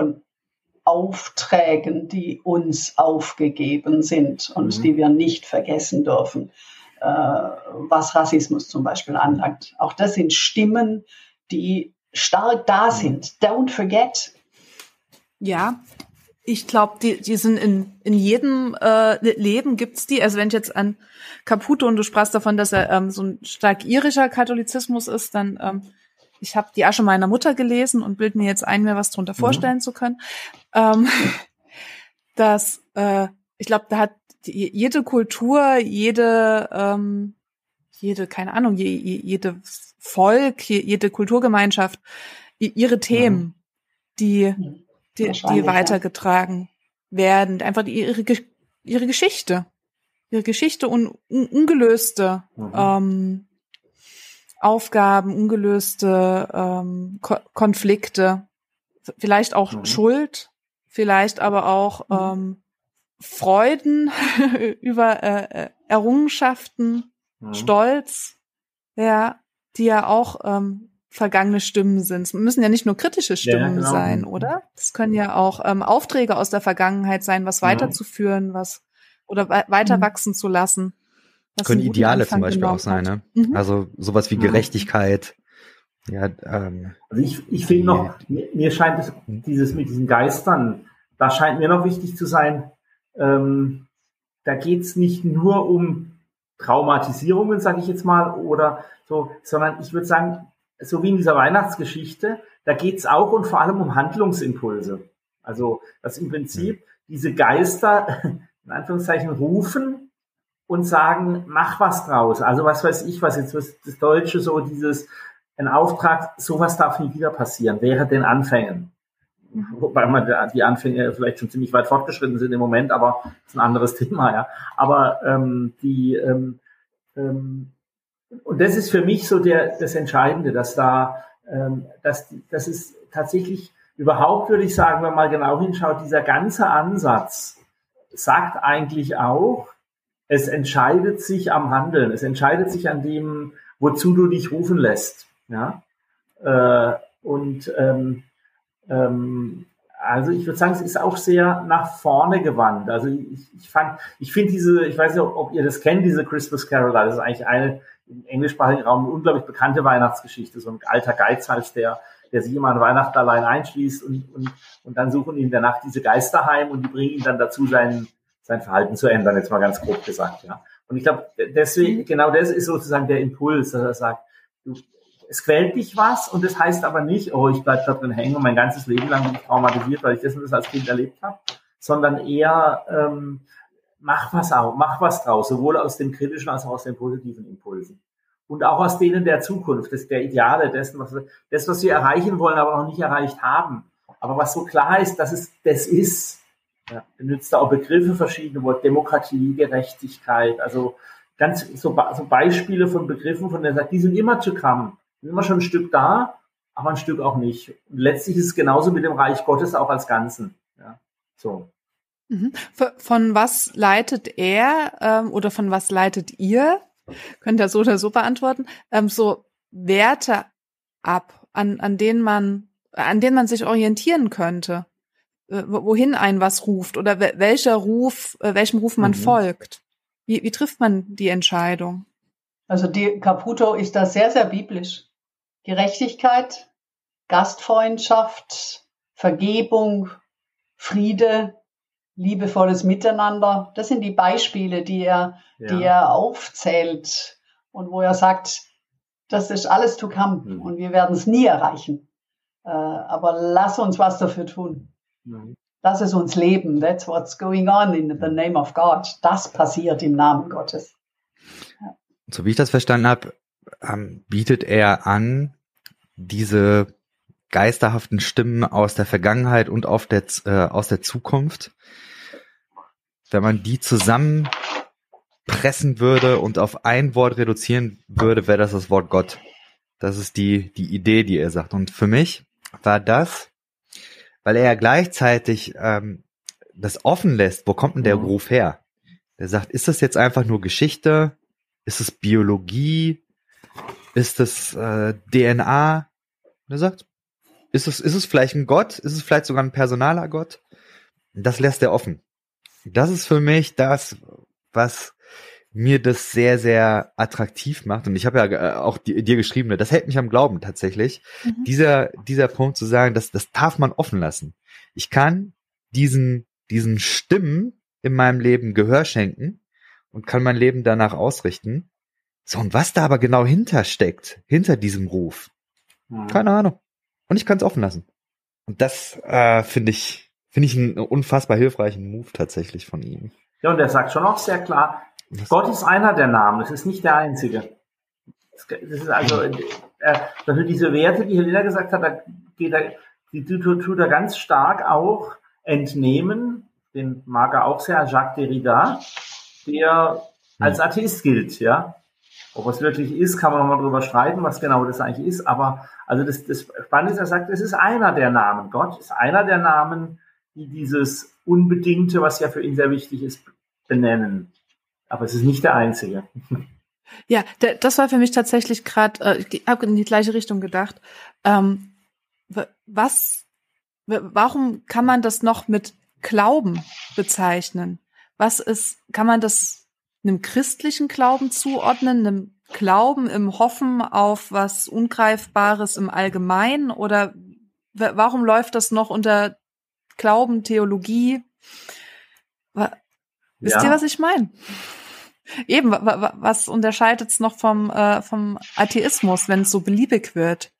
Speaker 4: Aufträgen, die uns aufgegeben sind und die wir nicht vergessen dürfen, was Rassismus zum Beispiel anlangt. Auch das sind Stimmen, die stark da sind. Don't forget.
Speaker 2: Ja, ich glaube, die sind in jedem Leben gibt's die. Also wenn ich jetzt an Caputo und du sprachst davon, dass er so ein stark irischer Katholizismus ist, dann ich habe die Asche meiner Mutter gelesen und bilde mir jetzt ein, mir was drunter vorstellen zu können. Dass ich glaube, da hat jede Kultur, jede, keine Ahnung, jede Volk, jede Kulturgemeinschaft ihre Themen, die weitergetragen werden, einfach ihre Geschichte und ungelöste Aufgaben, ungelöste Konflikte, vielleicht auch Schuld, vielleicht aber auch Freuden über Errungenschaften, Stolz, ja, die ja auch vergangene Stimmen sind. Es müssen ja nicht nur kritische Stimmen sein, oder? Das können ja auch Aufträge aus der Vergangenheit sein, was weiterzuführen, oder weiter wachsen zu lassen.
Speaker 1: Können Ideale zum Beispiel auch sein, ne? Also sowas wie Gerechtigkeit. Ja,
Speaker 3: also ich finde noch, mir scheint es, dieses mit diesen Geistern, da scheint mir noch wichtig zu sein, da geht's nicht nur um Traumatisierungen, sage ich jetzt mal, oder so, sondern ich würde sagen, so wie in dieser Weihnachtsgeschichte, da geht's auch und vor allem um Handlungsimpulse. Also, dass im Prinzip diese Geister, in Anführungszeichen, rufen und sagen, mach was draus. Also, was weiß ich, was jetzt das Deutsche so ein Auftrag, sowas darf nie wieder passieren, wäre den Anfängen. Wobei die Anfänge vielleicht schon ziemlich weit fortgeschritten sind im Moment, aber das ist ein anderes Thema, ja. Aber und das ist für mich so das Entscheidende, dass das ist tatsächlich überhaupt, würde ich sagen, wenn man mal genau hinschaut, dieser ganze Ansatz sagt eigentlich auch, es entscheidet sich am Handeln, es entscheidet sich an dem, wozu du dich rufen lässt, ja. Also ich würde sagen, es ist auch sehr nach vorne gewandt. Also ich finde ich weiß nicht, ob ihr das kennt, diese Christmas Carol, das ist eigentlich eine im englischsprachigen Raum eine unglaublich bekannte Weihnachtsgeschichte, so ein alter Geizhals, der sich immer an Weihnachten allein einschließt und dann suchen ihn in der Nacht diese Geister heim und die bringen ihn dann dazu, sein Verhalten zu ändern, jetzt mal ganz grob gesagt, ja. Und ich glaube, deswegen, genau das ist sozusagen der Impuls, dass er sagt, es quält dich was und das heißt aber nicht, ich bleib da drin hängen und mein ganzes Leben lang bin ich traumatisiert, weil ich das und das als Kind erlebt habe, sondern eher mach was draus, sowohl aus den kritischen als auch aus den positiven Impulsen. Und auch aus denen der Zukunft, der Ideale, dessen, was wir erreichen wollen, aber noch nicht erreicht haben. Aber was so klar ist, dass es das ist. Ja, benutzt da auch Begriffe, verschiedene Worte, Demokratie, Gerechtigkeit, also ganz so Beispiele von Begriffen, von der sagt, die sind immer zu kommen. Sind immer schon ein Stück da, aber ein Stück auch nicht. Und letztlich ist es genauso mit dem Reich Gottes auch als Ganzen. Ja, so.
Speaker 2: Von was leitet er oder von was leitet ihr? Könnt ihr so oder so beantworten. So Werte ab, an denen man sich orientieren könnte, wohin ein was ruft oder welchem Ruf man folgt. Wie trifft man die Entscheidung?
Speaker 4: Also die Caputo ist da sehr, sehr biblisch. Gerechtigkeit, Gastfreundschaft, Vergebung, Friede, liebevolles Miteinander. Das sind die Beispiele, die er aufzählt und wo er sagt, das ist alles to come und wir werden es nie erreichen. Aber lass uns was dafür tun. Lass es uns leben. That's what's going on in the name of God. Das passiert im Namen Gottes.
Speaker 1: Ja. So wie ich das verstanden habe, bietet er an, diese geisterhaften Stimmen aus der Vergangenheit und aus der Zukunft, wenn man die zusammenpressen würde und auf ein Wort reduzieren würde, wäre das Wort Gott. Das ist die Idee, die er sagt. Und für mich war das, weil er ja gleichzeitig das offen lässt, wo kommt denn der Ruf her? Der sagt, ist das jetzt einfach nur Geschichte? Ist es Biologie? Ist es DNA? Und er sagt, ist es vielleicht ein Gott? Ist es vielleicht sogar ein personaler Gott? Das lässt er offen. Das ist für mich das, was mir das sehr, sehr attraktiv macht. Und ich habe ja auch dir geschrieben, das hält mich am Glauben tatsächlich. Dieser Punkt zu sagen, das darf man offen lassen. Ich kann diesen Stimmen in meinem Leben Gehör schenken und kann mein Leben danach ausrichten. So, und was da aber genau hinter diesem Ruf, Keine Ahnung. Und ich kann es offen lassen. Und das finde ich einen unfassbar hilfreichen Move tatsächlich von ihm.
Speaker 3: Ja, und er sagt schon auch sehr klar, Gott ist einer der Namen, es ist nicht der einzige. Das ist also, dafür diese Werte, die Helena gesagt hat, die tut er ganz stark auch entnehmen, den mag er auch sehr, Jacques Derrida, der als Atheist gilt, ja. Ob es wirklich ist, kann man nochmal drüber streiten, was genau das eigentlich ist, aber also das Spannende ist, er sagt, es ist einer der Namen. Gott ist einer der Namen, die dieses Unbedingte, was ja für ihn sehr wichtig ist, benennen. Aber es ist nicht der einzige.
Speaker 2: Ja, das war für mich tatsächlich gerade, ich habe in die gleiche Richtung gedacht. Warum kann man das noch mit Glauben bezeichnen? Kann man das einem christlichen Glauben zuordnen, einem Glauben im Hoffen auf was Ungreifbares im Allgemeinen? Oder warum läuft das noch unter Glauben, Theologie? Wisst ihr, was ich meine? Eben, was unterscheidet es noch vom Atheismus, wenn es so beliebig wird?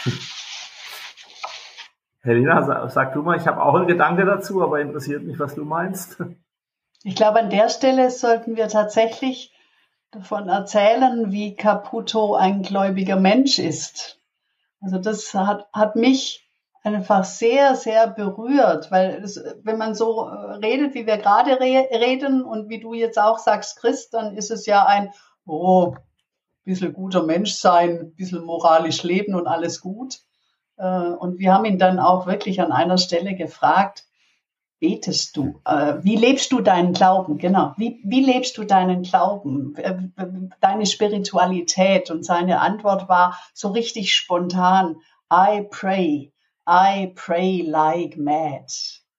Speaker 3: Helena, sag du mal, ich habe auch einen Gedanke dazu, aber interessiert mich, was du meinst.
Speaker 4: Ich glaube, an der Stelle sollten wir tatsächlich davon erzählen, wie Caputo ein gläubiger Mensch ist. Also das hat mich einfach sehr, sehr berührt, weil wenn man so redet, wie wir gerade reden und wie du jetzt auch sagst, Christ, dann ist es ja ein bisschen guter Mensch sein, bisschen moralisch leben und alles gut. Und wir haben ihn dann auch wirklich an einer Stelle gefragt, betest du? Wie lebst du deinen Glauben? Genau. Wie lebst du deinen Glauben? Deine Spiritualität? Und seine Antwort war so richtig spontan. I pray like mad.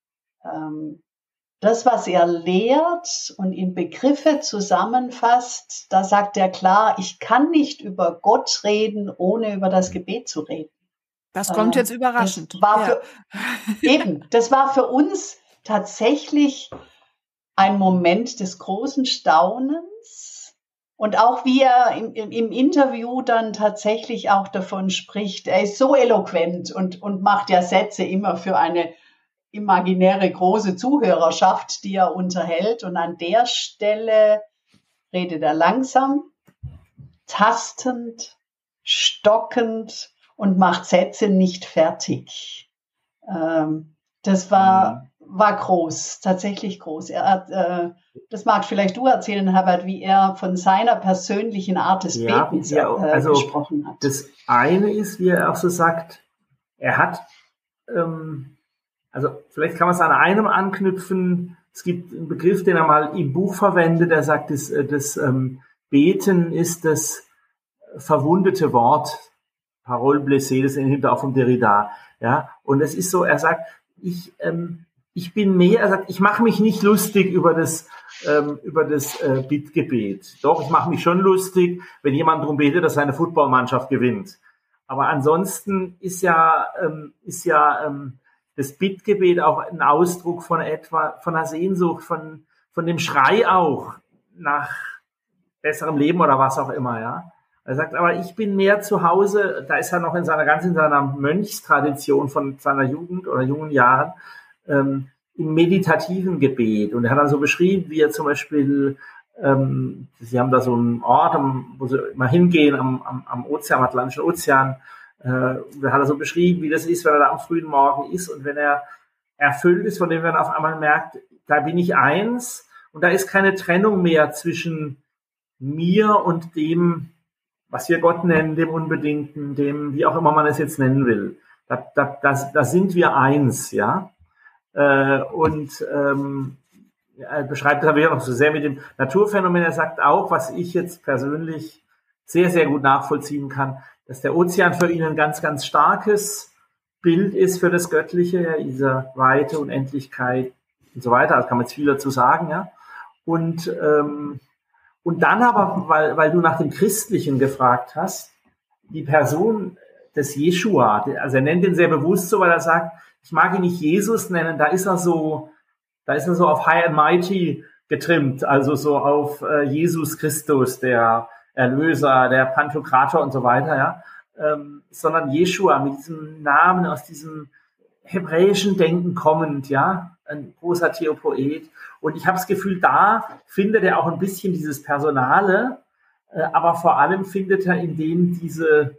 Speaker 4: Das, was er lehrt und in Begriffe zusammenfasst, da sagt er klar, ich kann nicht über Gott reden, ohne über das Gebet zu reden.
Speaker 2: Das kommt jetzt überraschend.
Speaker 4: Das war für uns tatsächlich ein Moment des großen Staunens und auch wie er im Interview dann tatsächlich auch davon spricht, er ist so eloquent und macht ja Sätze immer für eine imaginäre große Zuhörerschaft, die er unterhält, und an der Stelle redet er langsam, tastend, stockend und macht Sätze nicht fertig. Das war groß, tatsächlich groß. Er hat, das magst vielleicht du erzählen, Herbert, wie er von seiner persönlichen Art des Betens gesprochen hat.
Speaker 3: Das eine ist, wie er auch so sagt, er hat, also vielleicht kann man es an einem anknüpfen. Es gibt einen Begriff, den er mal im Buch verwendet, der sagt, das Beten ist das verwundete Wort, Parole blessée, das ist auch vom Derrida. Ja, und es ist so, er sagt, ich bin mehr, er sagt, ich mache mich nicht lustig über das Bittgebet. Doch, ich mache mich schon lustig, wenn jemand darum betet, dass seine Footballmannschaft gewinnt. Aber ansonsten ist ja das Bittgebet auch ein Ausdruck von einer Sehnsucht, von dem Schrei auch nach besserem Leben oder was auch immer, ja. Er sagt, aber ich bin mehr zu Hause, da ist er noch in seiner Mönchstradition von seiner Jugend oder jungen Jahren, im meditativen Gebet. Und er hat dann so beschrieben, wie er zum Beispiel, sie haben da so einen Ort, wo sie immer hingehen, am Ozean, am Atlantischen Ozean. Da hat er so beschrieben, wie das ist, wenn er da am frühen Morgen ist und wenn er erfüllt ist, von dem man auf einmal merkt, da bin ich eins und da ist keine Trennung mehr zwischen mir und dem, was wir Gott nennen, dem Unbedingten, dem, wie auch immer man es jetzt nennen will. Da sind wir eins, ja. Er beschreibt das aber ja noch so sehr mit dem Naturphänomen. Er sagt auch, was ich jetzt persönlich sehr, sehr gut nachvollziehen kann, dass der Ozean für ihn ein ganz, ganz starkes Bild ist für das Göttliche, ja, diese Weite, Unendlichkeit und so weiter. Da kann man jetzt viel dazu sagen, ja. Und dann aber, weil du nach dem Christlichen gefragt hast, die Person des Jeschua, also er nennt ihn sehr bewusst so, weil er sagt, ich mag ihn nicht Jesus nennen, da ist er so auf High and Mighty getrimmt, also so auf Jesus Christus, der Erlöser, der Pantokrator und so weiter, ja. sondern Jeschua mit diesem Namen aus diesem hebräischen Denken kommend, ja, ein großer Theopoet. Und ich habe das Gefühl, da findet er auch ein bisschen dieses Personale, aber vor allem findet er in dem diese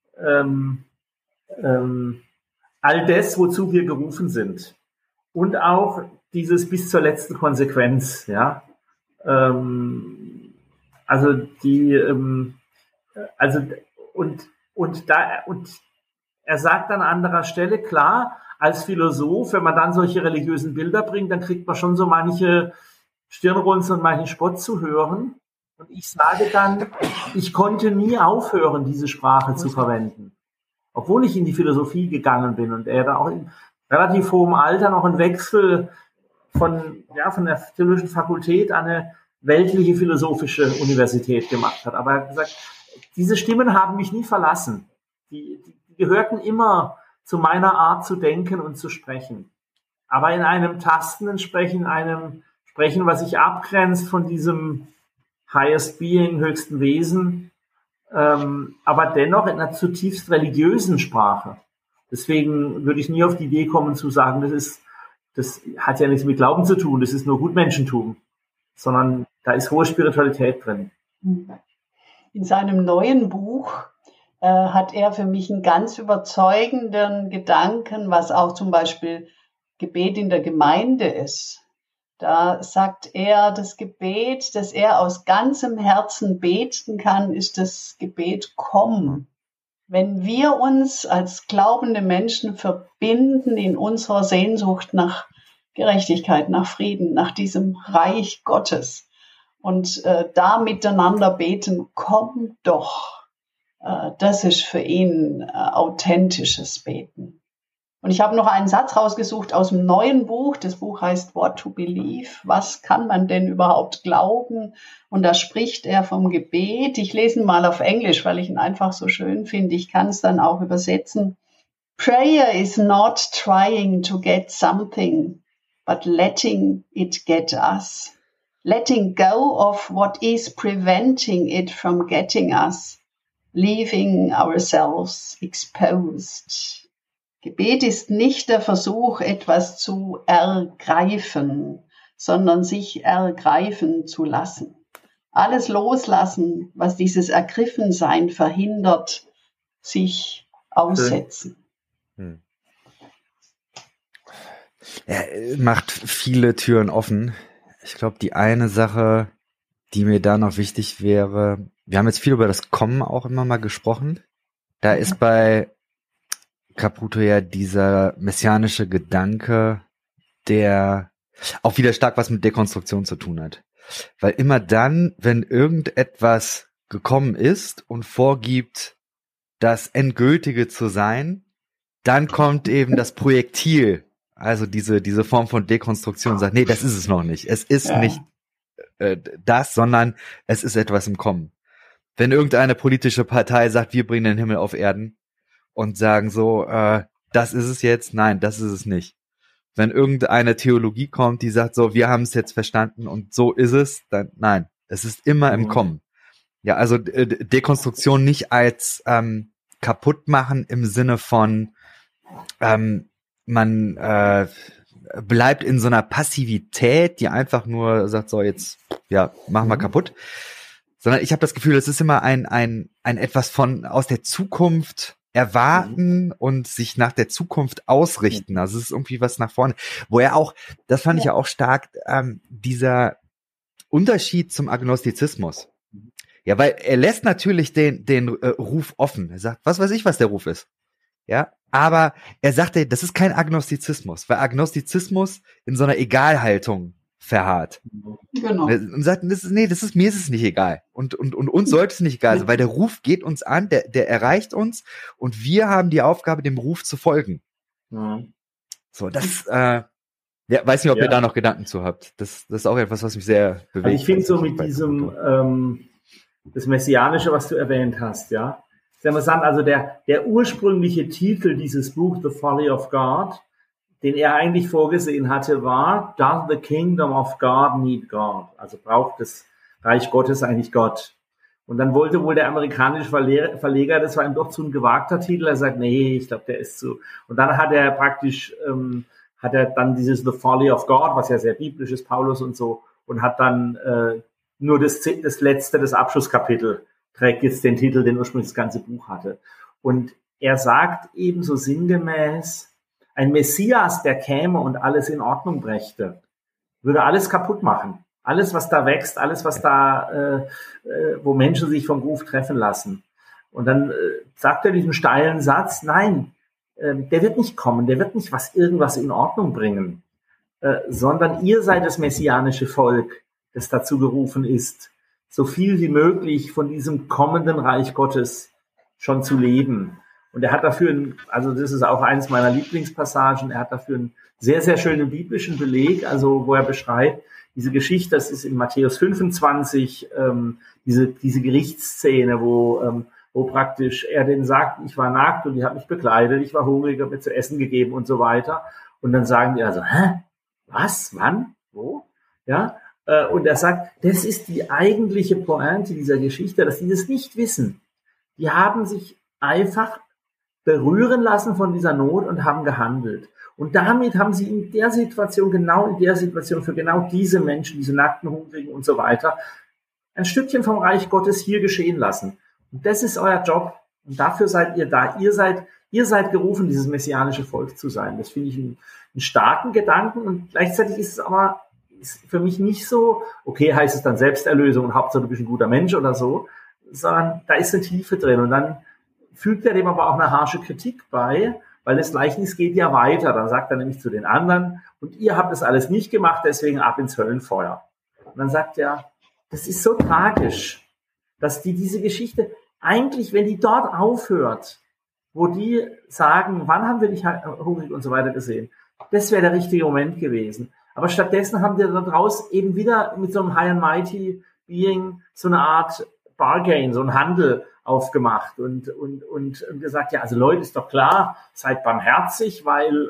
Speaker 3: all das, wozu wir gerufen sind. Und auch dieses bis zur letzten Konsequenz, ja. Und er sagt an anderer Stelle, klar, als Philosoph, wenn man dann solche religiösen Bilder bringt, dann kriegt man schon so manche Stirnrunzeln und manchen Spott zu hören. Und ich sage dann, ich konnte nie aufhören, diese Sprache zu verwenden. Obwohl ich in die Philosophie gegangen bin und er da auch in relativ hohem Alter noch einen Wechsel von der theologischen Fakultät an eine weltliche philosophische Universität gemacht hat. Aber er hat gesagt, diese Stimmen haben mich nie verlassen. Die gehörten immer zu meiner Art zu denken und zu sprechen. Aber in einem tastenden Sprechen, was sich abgrenzt von diesem highest being, höchsten Wesen, aber dennoch in einer zutiefst religiösen Sprache. Deswegen würde ich nie auf die Idee kommen zu sagen, das hat ja nichts mit Glauben zu tun, das ist nur Gutmenschentum, sondern da ist hohe Spiritualität drin.
Speaker 4: In seinem neuen Buch hat er für mich einen ganz überzeugenden Gedanken, was auch zum Beispiel Gebet in der Gemeinde ist. Da sagt er, das Gebet, das er aus ganzem Herzen beten kann, ist das Gebet Komm. Wenn wir uns als glaubende Menschen verbinden in unserer Sehnsucht nach Gerechtigkeit, nach Frieden, nach diesem Reich Gottes und da miteinander beten, komm doch. Das ist für ihn authentisches Beten. Und ich habe noch einen Satz rausgesucht aus dem neuen Buch. Das Buch heißt What to Believe. Was kann man denn überhaupt glauben? Und da spricht er vom Gebet. Ich lese ihn mal auf Englisch, weil ich ihn einfach so schön finde. Ich kann es dann auch übersetzen. Prayer is not trying to get something, but letting it get us. Letting go of what is preventing it from getting us. Leaving ourselves exposed. Gebet ist nicht der Versuch, etwas zu ergreifen, sondern sich ergreifen zu lassen. Alles loslassen, was dieses Ergriffensein verhindert, sich aussetzen.
Speaker 1: Er macht viele Türen offen. Ich glaube, die eine Sache, die mir da noch wichtig wäre, wir haben jetzt viel über das Kommen auch immer mal gesprochen. Da ist bei Caputo ja dieser messianische Gedanke, der auch wieder stark was mit Dekonstruktion zu tun hat. Weil immer dann, wenn irgendetwas gekommen ist und vorgibt, das Endgültige zu sein, dann kommt eben das Projektil, also diese Form von Dekonstruktion, und sagt, nee, das ist es noch nicht. Es ist nicht das, sondern es ist etwas im Kommen. Wenn irgendeine politische Partei sagt, wir bringen den Himmel auf Erden, und sagen so, das ist es jetzt, nein, das ist es nicht. Wenn irgendeine Theologie kommt, die sagt so, wir haben es jetzt verstanden und so ist es, dann nein, es ist immer im Kommen. Ja, also Dekonstruktion nicht als kaputt machen im Sinne von man bleibt in so einer Passivität, die einfach nur sagt so, jetzt machen wir kaputt. Sondern ich habe das Gefühl, es ist immer ein etwas von aus der Zukunft erwarten und sich nach der Zukunft ausrichten. Also es ist irgendwie was nach vorne. Wo er auch, das fand ich ja auch stark, dieser Unterschied zum Agnostizismus. Ja, weil er lässt natürlich den Ruf offen. Er sagt, was weiß ich, was der Ruf ist. Ja, aber er sagte, das ist kein Agnostizismus, weil Agnostizismus in so einer Egalhaltung verharrt. Genau. Und sagt, mir ist es nicht egal. Und uns sollte es nicht egal sein, weil der Ruf geht uns an, der erreicht uns und wir haben die Aufgabe, dem Ruf zu folgen. So, das, weiß nicht, ob ihr da noch Gedanken zu habt. Das ist auch etwas, was mich sehr bewegt.
Speaker 3: Also ich finde so mit diesem, das Messianische, was du erwähnt hast, ja. Sehr interessant, also der ursprüngliche Titel dieses Buch, The Folly of God, den er eigentlich vorgesehen hatte, war Does the Kingdom of God need God? Also braucht das Reich Gottes eigentlich Gott? Und dann wollte wohl der amerikanische Verleger, das war ihm doch zu ein gewagter Titel, er sagt, nee, ich glaube, der ist zu. Und dann hat er praktisch, hat er dann dieses The Folly of God, was ja sehr biblisch ist, Paulus und so, und hat dann nur das letzte, das Abschlusskapitel, trägt jetzt den Titel, den ursprünglich das ganze Buch hatte. Und er sagt ebenso sinngemäß, ein Messias, der käme und alles in Ordnung brächte, würde alles kaputt machen. Alles, was da wächst, alles, was da, wo Menschen sich vom Ruf treffen lassen. Und dann sagt er diesen steilen Satz, nein, der wird nicht kommen, der wird nicht irgendwas in Ordnung bringen, sondern ihr seid das messianische Volk, das dazu gerufen ist, so viel wie möglich von diesem kommenden Reich Gottes schon zu leben. Und er hat dafür, also das ist auch eines meiner Lieblingspassagen, er hat dafür einen sehr, sehr schönen biblischen Beleg, also wo er beschreibt, diese Geschichte, das ist in Matthäus 25, diese Gerichtsszene, wo praktisch er denen sagt, ich war nackt und ich habe mich bekleidet, ich war hungrig, habe mir zu essen gegeben und so weiter. Und dann sagen die also, was, wann, wo? Ja, und er sagt, das ist die eigentliche Pointe dieser Geschichte, dass die das nicht wissen. Die haben sich einfach berühren lassen von dieser Not und haben gehandelt. Und damit haben sie in der Situation, genau in der Situation, für genau diese Menschen, diese nackten, hungrigen und so weiter, ein Stückchen vom Reich Gottes hier geschehen lassen. Und das ist euer Job. Und dafür seid ihr da. Ihr seid gerufen, dieses messianische Volk zu sein. Das finde ich einen starken Gedanken. Und gleichzeitig ist es aber für mich nicht so, okay, heißt es dann Selbsterlösung und Hauptsache du bist ein guter Mensch oder so, sondern da ist eine Tiefe drin. Und dann fügt er dem aber auch eine harsche Kritik bei, weil das Gleichnis geht ja weiter. Dann sagt er nämlich zu den anderen, und ihr habt das alles nicht gemacht, deswegen ab ins Höllenfeuer. Und dann sagt er, das ist so tragisch, dass diese Geschichte eigentlich, wenn die dort aufhört, wo die sagen, wann haben wir dich hungrig und so weiter gesehen, das wäre der richtige Moment gewesen. Aber stattdessen haben die da draus eben wieder mit so einem High and Mighty Being so eine Art Bargain, so ein Handel aufgemacht und gesagt, ja, also Leute, ist doch klar, seid barmherzig, weil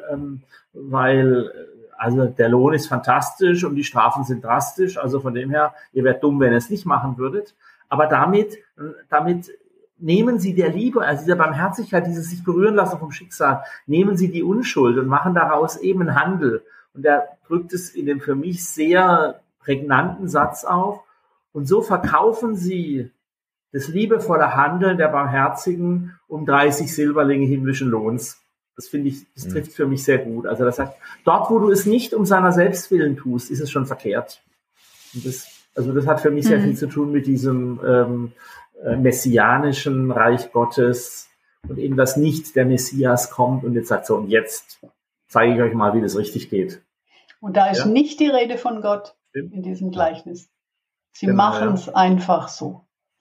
Speaker 3: also der Lohn ist fantastisch und die Strafen sind drastisch, also von dem her, ihr wärt dumm, wenn ihr es nicht machen würdet. Aber damit nehmen sie der Liebe, also dieser Barmherzigkeit, dieses sich berühren lassen vom Schicksal, nehmen sie die Unschuld und machen daraus eben einen Handel. Und er drückt es in dem für mich sehr prägnanten Satz auf. Und so verkaufen sie das liebevolle Handeln der Barmherzigen um 30 Silberlinge himmlischen Lohns. Das finde ich, das trifft für mich sehr gut. Also das sagt, dort, wo du es nicht um seiner selbst willen tust, ist es schon verkehrt. Und das hat für mich sehr viel zu tun mit diesem messianischen Reich Gottes und eben, dass nicht der Messias kommt und jetzt sagt so, und jetzt zeige ich euch mal, wie das richtig geht.
Speaker 4: Und da ist nicht die Rede von Gott in diesem Gleichnis. Sie machen es einfach so.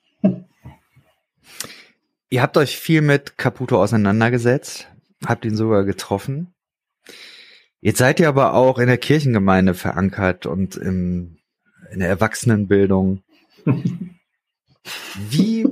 Speaker 1: Ihr habt euch viel mit Caputo auseinandergesetzt, habt ihn sogar getroffen. Jetzt seid ihr aber auch in der Kirchengemeinde verankert und in der Erwachsenenbildung. Wie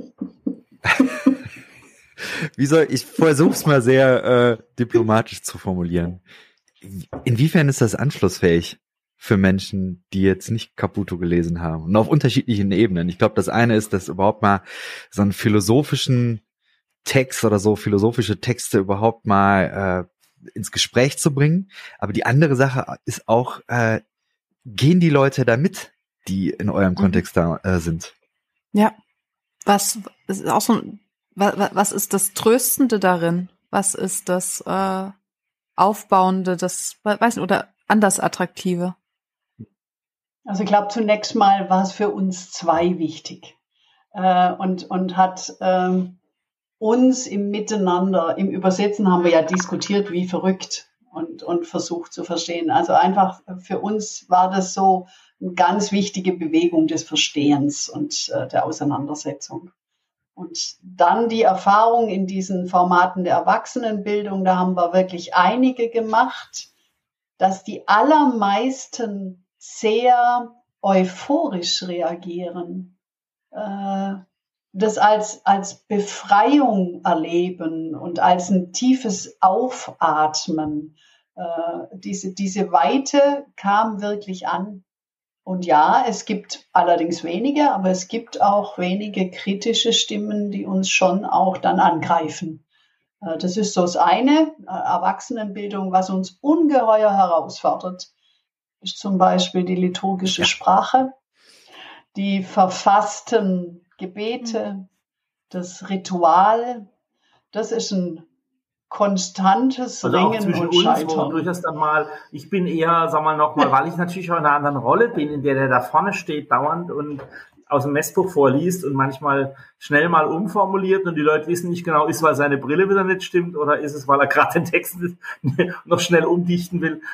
Speaker 1: ich versuch's mal sehr diplomatisch zu formulieren. Inwiefern ist das anschlussfähig für Menschen, die jetzt nicht Caputo gelesen haben? Und auf unterschiedlichen Ebenen. Ich glaube, das eine ist, dass überhaupt mal so einen philosophischen Text oder so philosophische Texte überhaupt mal ins Gespräch zu bringen. Aber die andere Sache ist auch, gehen die Leute da mit, die in eurem Kontext da sind?
Speaker 2: Ja. Was ist auch so, was ist das Tröstende darin? Was ist das Aufbauende, das, weiß nicht, oder anders Attraktive?
Speaker 4: Also ich glaube, zunächst mal war es für uns zwei wichtig und hat uns im Miteinander, im Übersetzen haben wir ja diskutiert wie verrückt und versucht zu verstehen. Also einfach für uns war das so eine ganz wichtige Bewegung des Verstehens und der Auseinandersetzung. Und dann die Erfahrung in diesen Formaten der Erwachsenenbildung, da haben wir wirklich einige gemacht, dass die allermeisten sehr euphorisch reagieren, das als Befreiung erleben und als ein tiefes Aufatmen. Diese Weite kam wirklich an. Und ja, es gibt allerdings wenige, aber es gibt auch wenige kritische Stimmen, die uns schon auch dann angreifen. Das ist so das eine, Erwachsenenbildung, was uns ungeheuer herausfordert, ist zum Beispiel die liturgische Sprache, die verfassten Gebete, das Ritual. Das ist ein konstantes Ringen und Scheitern.
Speaker 3: Durchaus dann mal, ich bin eher, sag mal nochmal, weil ich natürlich auch in einer anderen Rolle bin, in der da vorne steht dauernd und aus dem Messbuch vorliest und manchmal schnell mal umformuliert und die Leute wissen nicht genau, ist es, weil seine Brille wieder nicht stimmt oder ist es, weil er gerade den Text noch schnell umdichten will.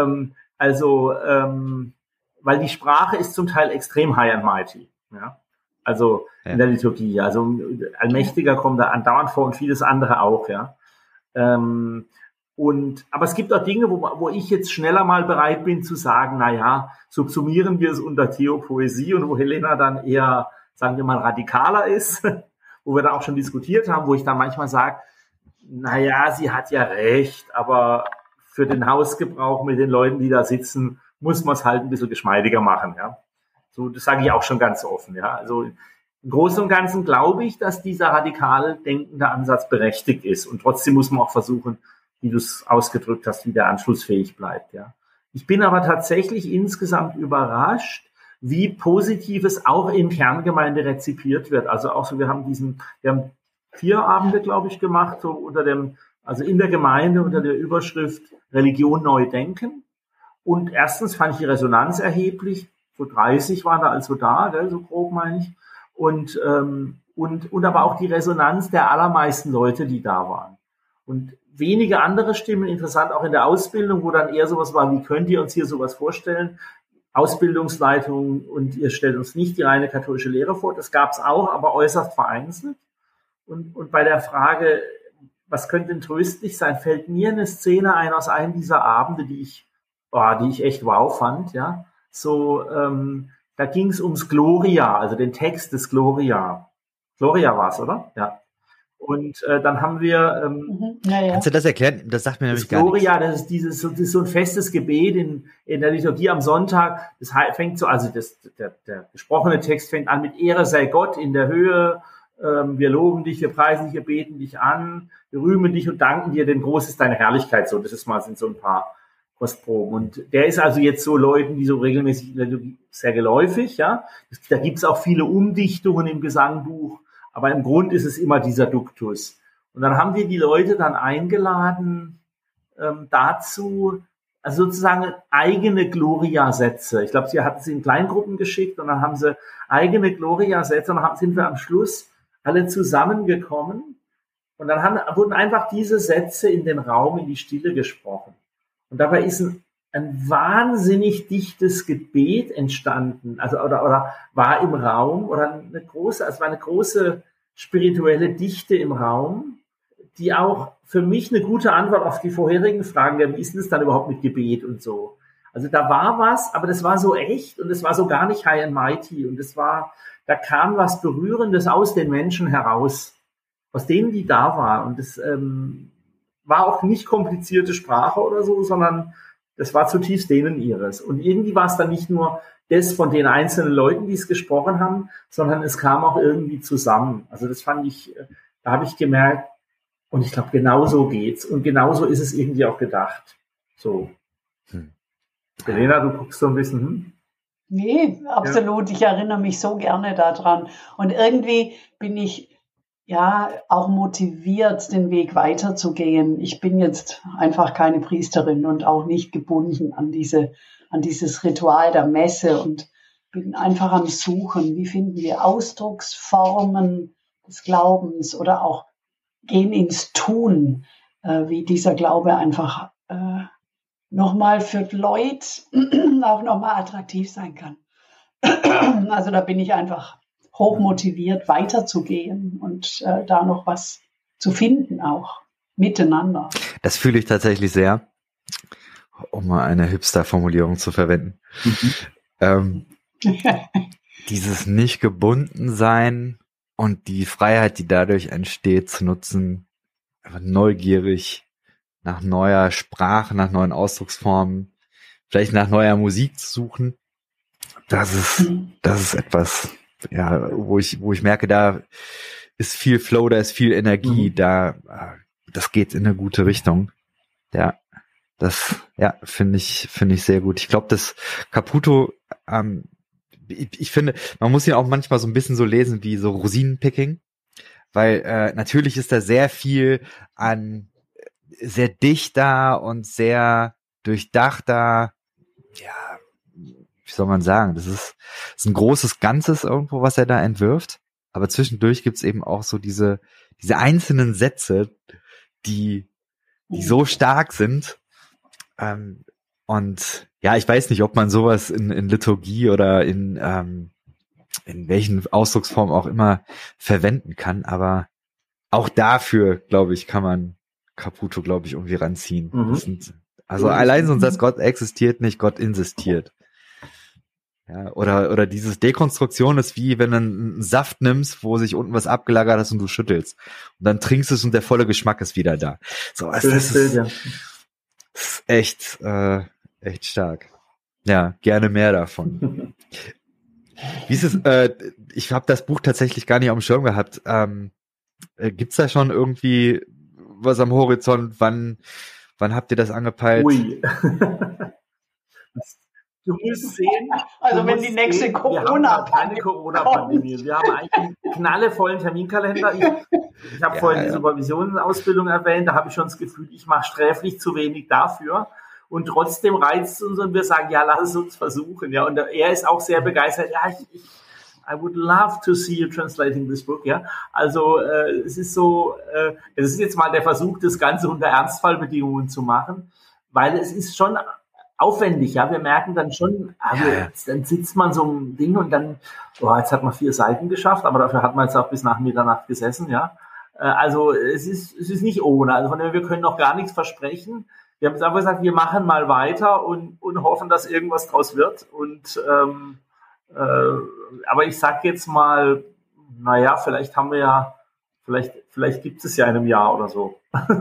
Speaker 3: Weil die Sprache ist zum Teil extrem high and mighty. Ja? Also in der Liturgie. Also Allmächtiger kommt da andauernd vor und vieles andere auch, ja. Aber es gibt auch Dinge, wo ich jetzt schneller mal bereit bin zu sagen, naja, subsumieren wir es unter Theopoesie und wo Helena dann eher, sagen wir mal, radikaler ist, wo wir da auch schon diskutiert haben, wo ich dann manchmal sage, naja, sie hat ja recht, aber für den Hausgebrauch mit den Leuten, die da sitzen, muss man es halt ein bisschen geschmeidiger machen, ja. So, das sage ich auch schon ganz offen, ja. Also im Großen und Ganzen glaube ich, dass dieser radikal denkende Ansatz berechtigt ist. Und trotzdem muss man auch versuchen, wie du es ausgedrückt hast, wie der anschlussfähig bleibt, ja. Ich bin aber tatsächlich insgesamt überrascht, wie positiv es auch in Kerngemeinde rezipiert wird. Also auch so, wir haben 4 Abende, glaube ich, gemacht, so also in der Gemeinde unter der Überschrift Religion neu denken. Und erstens fand ich die Resonanz erheblich. So 30 waren da also da, gell, so grob meine ich. Und aber auch die Resonanz der allermeisten Leute, die da waren. Und wenige andere Stimmen, interessant auch in der Ausbildung, wo dann eher sowas war, wie könnt ihr uns hier sowas vorstellen? Ausbildungsleitung und ihr stellt uns nicht die reine katholische Lehre vor. Das gab es auch, aber äußerst vereinzelt. Und bei der Frage, was könnte denn tröstlich sein, fällt mir eine Szene ein aus einem dieser Abende, die ich echt wow fand, ja. So, da ging es ums Gloria, also den Text des Gloria. Gloria war es, oder? Ja. Und dann haben wir...
Speaker 1: Kannst du das erklären? Das sagt mir nämlich gar nichts.
Speaker 3: Gloria, das ist so ein festes Gebet in der Liturgie am Sonntag. Das fängt so, also der gesprochene Text fängt an mit Ehre sei Gott in der Höhe. Wir loben dich, wir preisen dich, wir beten dich an, wir rühmen dich und danken dir, denn groß ist deine Herrlichkeit. So, sind so ein paar Kostproben. Und der ist also jetzt so Leuten, die so regelmäßig sehr geläufig, ja. Da gibt's auch viele Umdichtungen im Gesangbuch, aber im Grund ist es immer dieser Duktus. Und dann haben wir die Leute dann eingeladen dazu, also sozusagen eigene Gloria-Sätze. Ich glaube, sie hatten sie in Kleingruppen geschickt und dann haben sie eigene Gloria-Sätze und dann sind wir am Schluss alle zusammengekommen und dann wurden einfach diese Sätze in den Raum, in die Stille gesprochen. Und dabei ist ein wahnsinnig dichtes Gebet entstanden, also oder war im Raum oder war eine große spirituelle Dichte im Raum, die auch für mich eine gute Antwort auf die vorherigen Fragen, wie ist denn das dann überhaupt mit Gebet und so. Also da war was, aber das war so echt und es war so gar nicht high and mighty und da kam was Berührendes aus den Menschen heraus, aus denen, die da waren. Und das war auch nicht komplizierte Sprache oder so, sondern das war zutiefst denen ihres. Und irgendwie war es dann nicht nur das von den einzelnen Leuten, die es gesprochen haben, sondern es kam auch irgendwie zusammen. Also das fand ich, da habe ich gemerkt, und ich glaube, genau so geht's. Und genauso ist es irgendwie auch gedacht. So. Helena, du guckst so ein bisschen,
Speaker 4: Nee, absolut. Ja. Ich erinnere mich so gerne daran. Und irgendwie bin ich ja auch motiviert, den Weg weiterzugehen. Ich bin jetzt einfach keine Priesterin und auch nicht gebunden an dieses Ritual der Messe und bin einfach am Suchen. Wie finden wir Ausdrucksformen des Glaubens oder auch gehen ins Tun, wie dieser Glaube einfach nochmal für Leute auch nochmal attraktiv sein kann. Also da bin ich einfach hochmotiviert, weiterzugehen und da noch was zu finden auch miteinander.
Speaker 1: Das fühle ich tatsächlich sehr, um mal eine Hipster-Formulierung zu verwenden. Dieses nicht gebunden sein und die Freiheit, die dadurch entsteht, zu nutzen, einfach neugierig nach neuer Sprache, nach neuen Ausdrucksformen, vielleicht nach neuer Musik zu suchen. das ist etwas, ja, wo ich merke, da ist viel Flow, da ist viel Energie, das geht in eine gute Richtung. Ja, das, finde ich sehr gut. Ich glaube, das Caputo, ich finde, man muss ihn auch manchmal so ein bisschen so lesen wie so Rosinenpicking, weil natürlich ist da sehr viel an sehr dichter und sehr durchdachter, ja, wie soll man sagen, das ist ein großes Ganzes irgendwo, was er da entwirft, aber zwischendurch gibt's eben auch so diese einzelnen Sätze, die so stark sind, und ja, ich weiß nicht, ob man sowas in Liturgie oder in welchen Ausdrucksformen auch immer verwenden kann, aber auch dafür, glaube ich, kann man Caputo, glaube ich, irgendwie ranziehen. Allein so ein Satz, Gott existiert nicht, Gott insistiert. Ja, oder dieses Dekonstruktion ist wie, wenn du einen Saft nimmst, wo sich unten was abgelagert hast und du schüttelst. Und dann trinkst es und der volle Geschmack ist wieder da. So, das ist echt stark. Ja, gerne mehr davon. Wie ist es, ich habe das Buch tatsächlich gar nicht auf dem Schirm gehabt. Gibt's da schon irgendwie was am Horizont? Wann habt ihr das angepeilt?
Speaker 3: Ui. Du musst sehen.
Speaker 4: Also wenn die nächste
Speaker 3: keine Corona-Pandemie. Wir haben eigentlich einen knallevollen Terminkalender. Ich habe vorhin die Supervisionsausbildung erwähnt. Da habe ich schon das Gefühl, ich mache sträflich zu wenig dafür. Und trotzdem reizt es uns und wir sagen, ja, lass es uns versuchen. Ja, und er ist auch sehr begeistert. Ja, I would love to see you translating this book. Ja, also es ist so, es ist jetzt mal der Versuch, das Ganze unter Ernstfallbedingungen zu machen, weil es ist schon aufwendig, ja, wir merken dann schon, dann sitzt man so ein Ding und dann, jetzt hat man 4 Seiten geschafft, aber dafür hat man jetzt auch bis nach Mitternacht gesessen, ja. Also es ist nicht ohne, also von dem wir können noch gar nichts versprechen. Wir haben jetzt einfach gesagt, wir machen mal weiter und hoffen, dass irgendwas draus wird. Und aber ich sag jetzt mal, vielleicht haben wir vielleicht gibt es ja in einem Jahr oder so.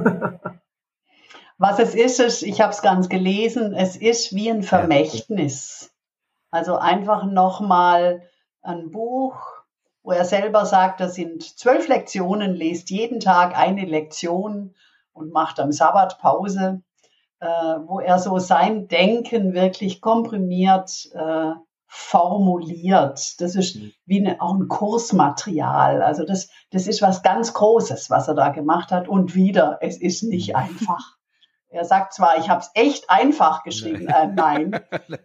Speaker 4: Was es ist, ich habe es ganz gelesen, es ist wie ein Vermächtnis. Also einfach nochmal ein Buch, wo er selber sagt, das sind 12 Lektionen, lest jeden Tag eine Lektion und macht am Sabbat Pause, wo er so sein Denken wirklich komprimiert formuliert. Das ist wie auch ein Kursmaterial. Also das ist was ganz Großes, was er da gemacht hat. Und wieder, es ist nicht einfach. Er sagt zwar, ich habe es echt einfach geschrieben. Nein.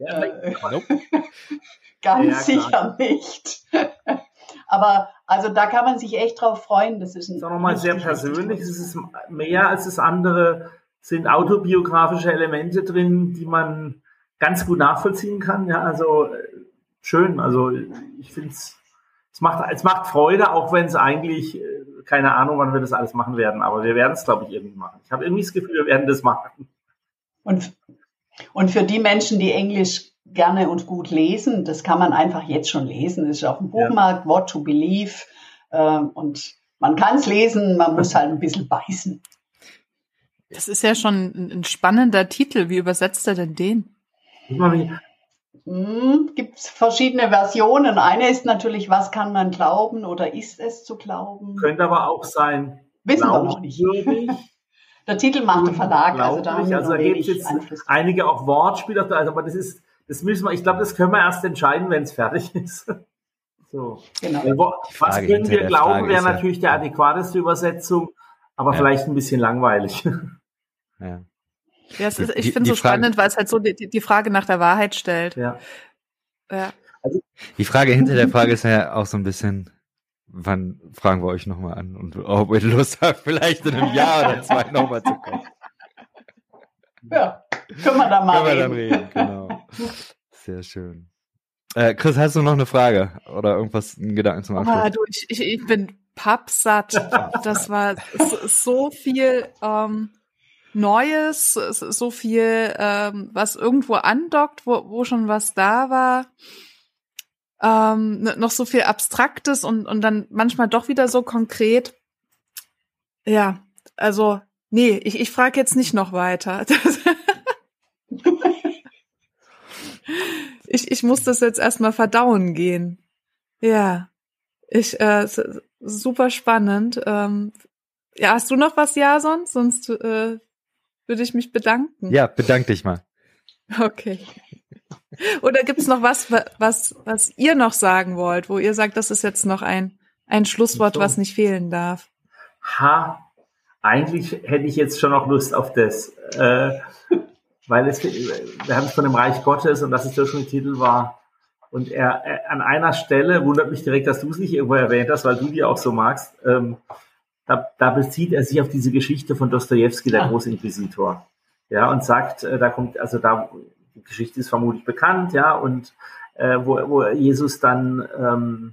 Speaker 4: Ganz sicher nicht. Aber also da kann man sich echt drauf freuen. Das ist
Speaker 3: auch nochmal sehr persönlich. Es ist mehr als das andere, sind autobiografische Elemente drin, die man ganz gut nachvollziehen kann. Ja, also schön. Also ich finde es macht Freude, auch wenn es eigentlich keine Ahnung, wann wir das alles machen werden, aber wir werden es, glaube ich, irgendwie machen. Ich habe irgendwie das Gefühl, wir werden das machen.
Speaker 4: Und für die Menschen, die Englisch gerne und gut lesen, das kann man einfach jetzt schon lesen. Das ist auf dem Buchmarkt, What to Believe. Und man kann es lesen, man muss halt ein bisschen beißen.
Speaker 2: Das ist ja schon ein spannender Titel. Wie übersetzt er denn den?
Speaker 4: Gibt es verschiedene Versionen. Eine ist natürlich, was kann man glauben oder ist es zu glauben?
Speaker 3: Könnte aber auch sein.
Speaker 4: Wissen wir noch nicht. Der Titel macht der Verlag, also da haben wir noch wenig
Speaker 3: jetzt
Speaker 4: Einfluss.
Speaker 3: Einige auch Wortspiele, also, aber das müssen wir, ich glaube, das können wir erst entscheiden, wenn es fertig ist. So.
Speaker 4: Genau.
Speaker 3: Was können wir glauben, wäre natürlich die adäquateste Übersetzung, aber vielleicht ein bisschen langweilig.
Speaker 2: Ja. Ja, ich finde es so spannend, weil es halt so die Frage nach der Wahrheit stellt.
Speaker 3: Ja.
Speaker 1: Also, die Frage hinter der Frage ist ja auch so ein bisschen, wann fragen wir euch nochmal an und ob ihr Lust habt, vielleicht in einem Jahr oder 2 nochmal zu kommen.
Speaker 4: Ja, können wir da mal
Speaker 1: reden. Dann reden, genau. Sehr schön. Chris, hast du noch eine Frage oder einen Gedanken zum Abschluss?
Speaker 2: Ich bin pappsatt. Das war so viel Neues, so viel, was irgendwo andockt, wo schon was da war. Noch so viel Abstraktes und dann manchmal doch wieder so konkret. Ja, also, nee, ich frage jetzt nicht noch weiter. Ich muss das jetzt erstmal verdauen gehen. Ja, super spannend. Ja, hast du noch was, Jason? Sonst würde ich mich bedanken.
Speaker 1: Ja, bedank dich mal.
Speaker 2: Okay. Oder gibt's noch was ihr noch sagen wollt, wo ihr sagt, das ist jetzt noch ein Schlusswort, was nicht fehlen darf?
Speaker 3: Eigentlich hätte ich jetzt schon noch Lust auf das, weil wir haben es von dem Reich Gottes und dass es der schon Titel war. Und er an einer Stelle, wundert mich direkt, dass du es nicht irgendwo erwähnt hast, weil du die auch so magst, da bezieht er sich auf diese Geschichte von Dostojewski, der Großinquisitor. Ja, und sagt, die Geschichte ist vermutlich bekannt, ja, und wo Jesus dann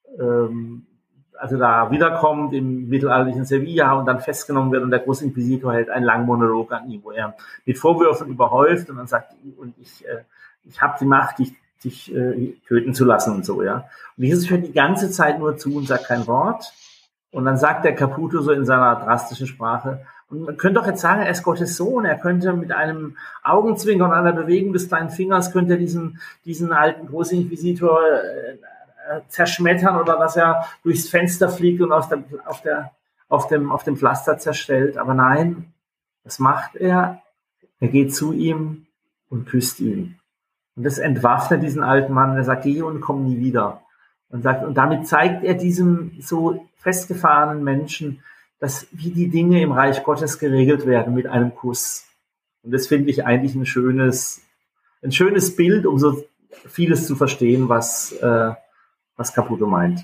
Speaker 3: da wiederkommt im mittelalterlichen Sevilla und dann festgenommen wird und der Großinquisitor hält einen langen Monolog an ihm, wo er mit Vorwürfen überhäuft und dann sagt, und ich habe die Macht, dich töten zu lassen und so, ja. Und Jesus hört die ganze Zeit nur zu und sagt kein Wort. Und dann sagt der Caputo so in seiner drastischen Sprache, und man könnte doch jetzt sagen, er ist Gottes Sohn, er könnte mit einem Augenzwinkern und einer Bewegung des kleinen Fingers könnte er diesen alten Großinquisitor zerschmettern oder dass er durchs Fenster fliegt und auf dem Pflaster zerstellt. Aber nein, was macht er? Er geht zu ihm und küsst ihn. Und das entwaffnet diesen alten Mann. Er sagt, geh und komm nie wieder. Und damit zeigt er diesem so festgefahrenen Menschen, wie die Dinge im Reich Gottes geregelt werden mit einem Kuss. Und das finde ich eigentlich ein schönes Bild, um so vieles zu verstehen, was Caputo meint.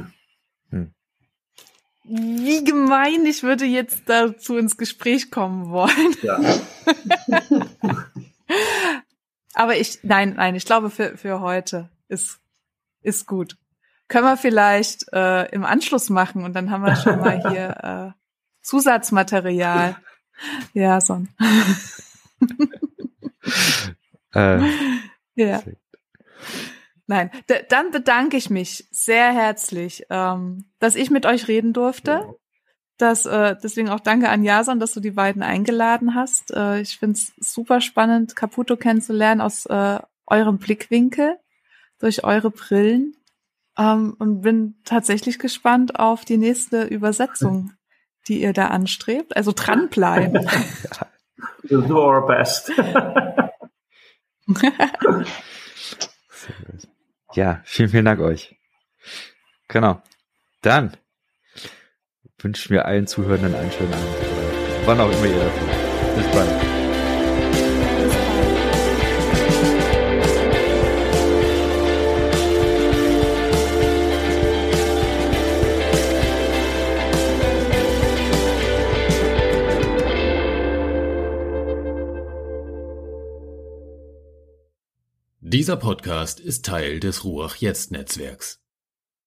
Speaker 2: Wie gemein, ich würde jetzt dazu ins Gespräch kommen wollen. Ja. Aber ich glaube für heute ist gut. Können wir vielleicht im Anschluss machen und dann haben wir schon mal hier Zusatzmaterial. Ja, so. Ja. Nein, dann bedanke ich mich sehr herzlich, dass ich mit euch reden durfte. Deswegen auch danke an Jason, dass du die beiden eingeladen hast. Ich finde es super spannend, Caputo kennenzulernen aus eurem Blickwinkel, durch eure Brillen. Und bin tatsächlich gespannt auf die nächste Übersetzung, die ihr da anstrebt. Also dranbleiben.
Speaker 3: We'll do our best.
Speaker 1: Ja, vielen Dank euch. Genau. Dann wünschen wir allen Zuhörenden einen schönen Abend. Oder wann auch immer ihr dafür. Bis bald.
Speaker 5: Dieser Podcast ist Teil des Ruach Jetzt Netzwerks.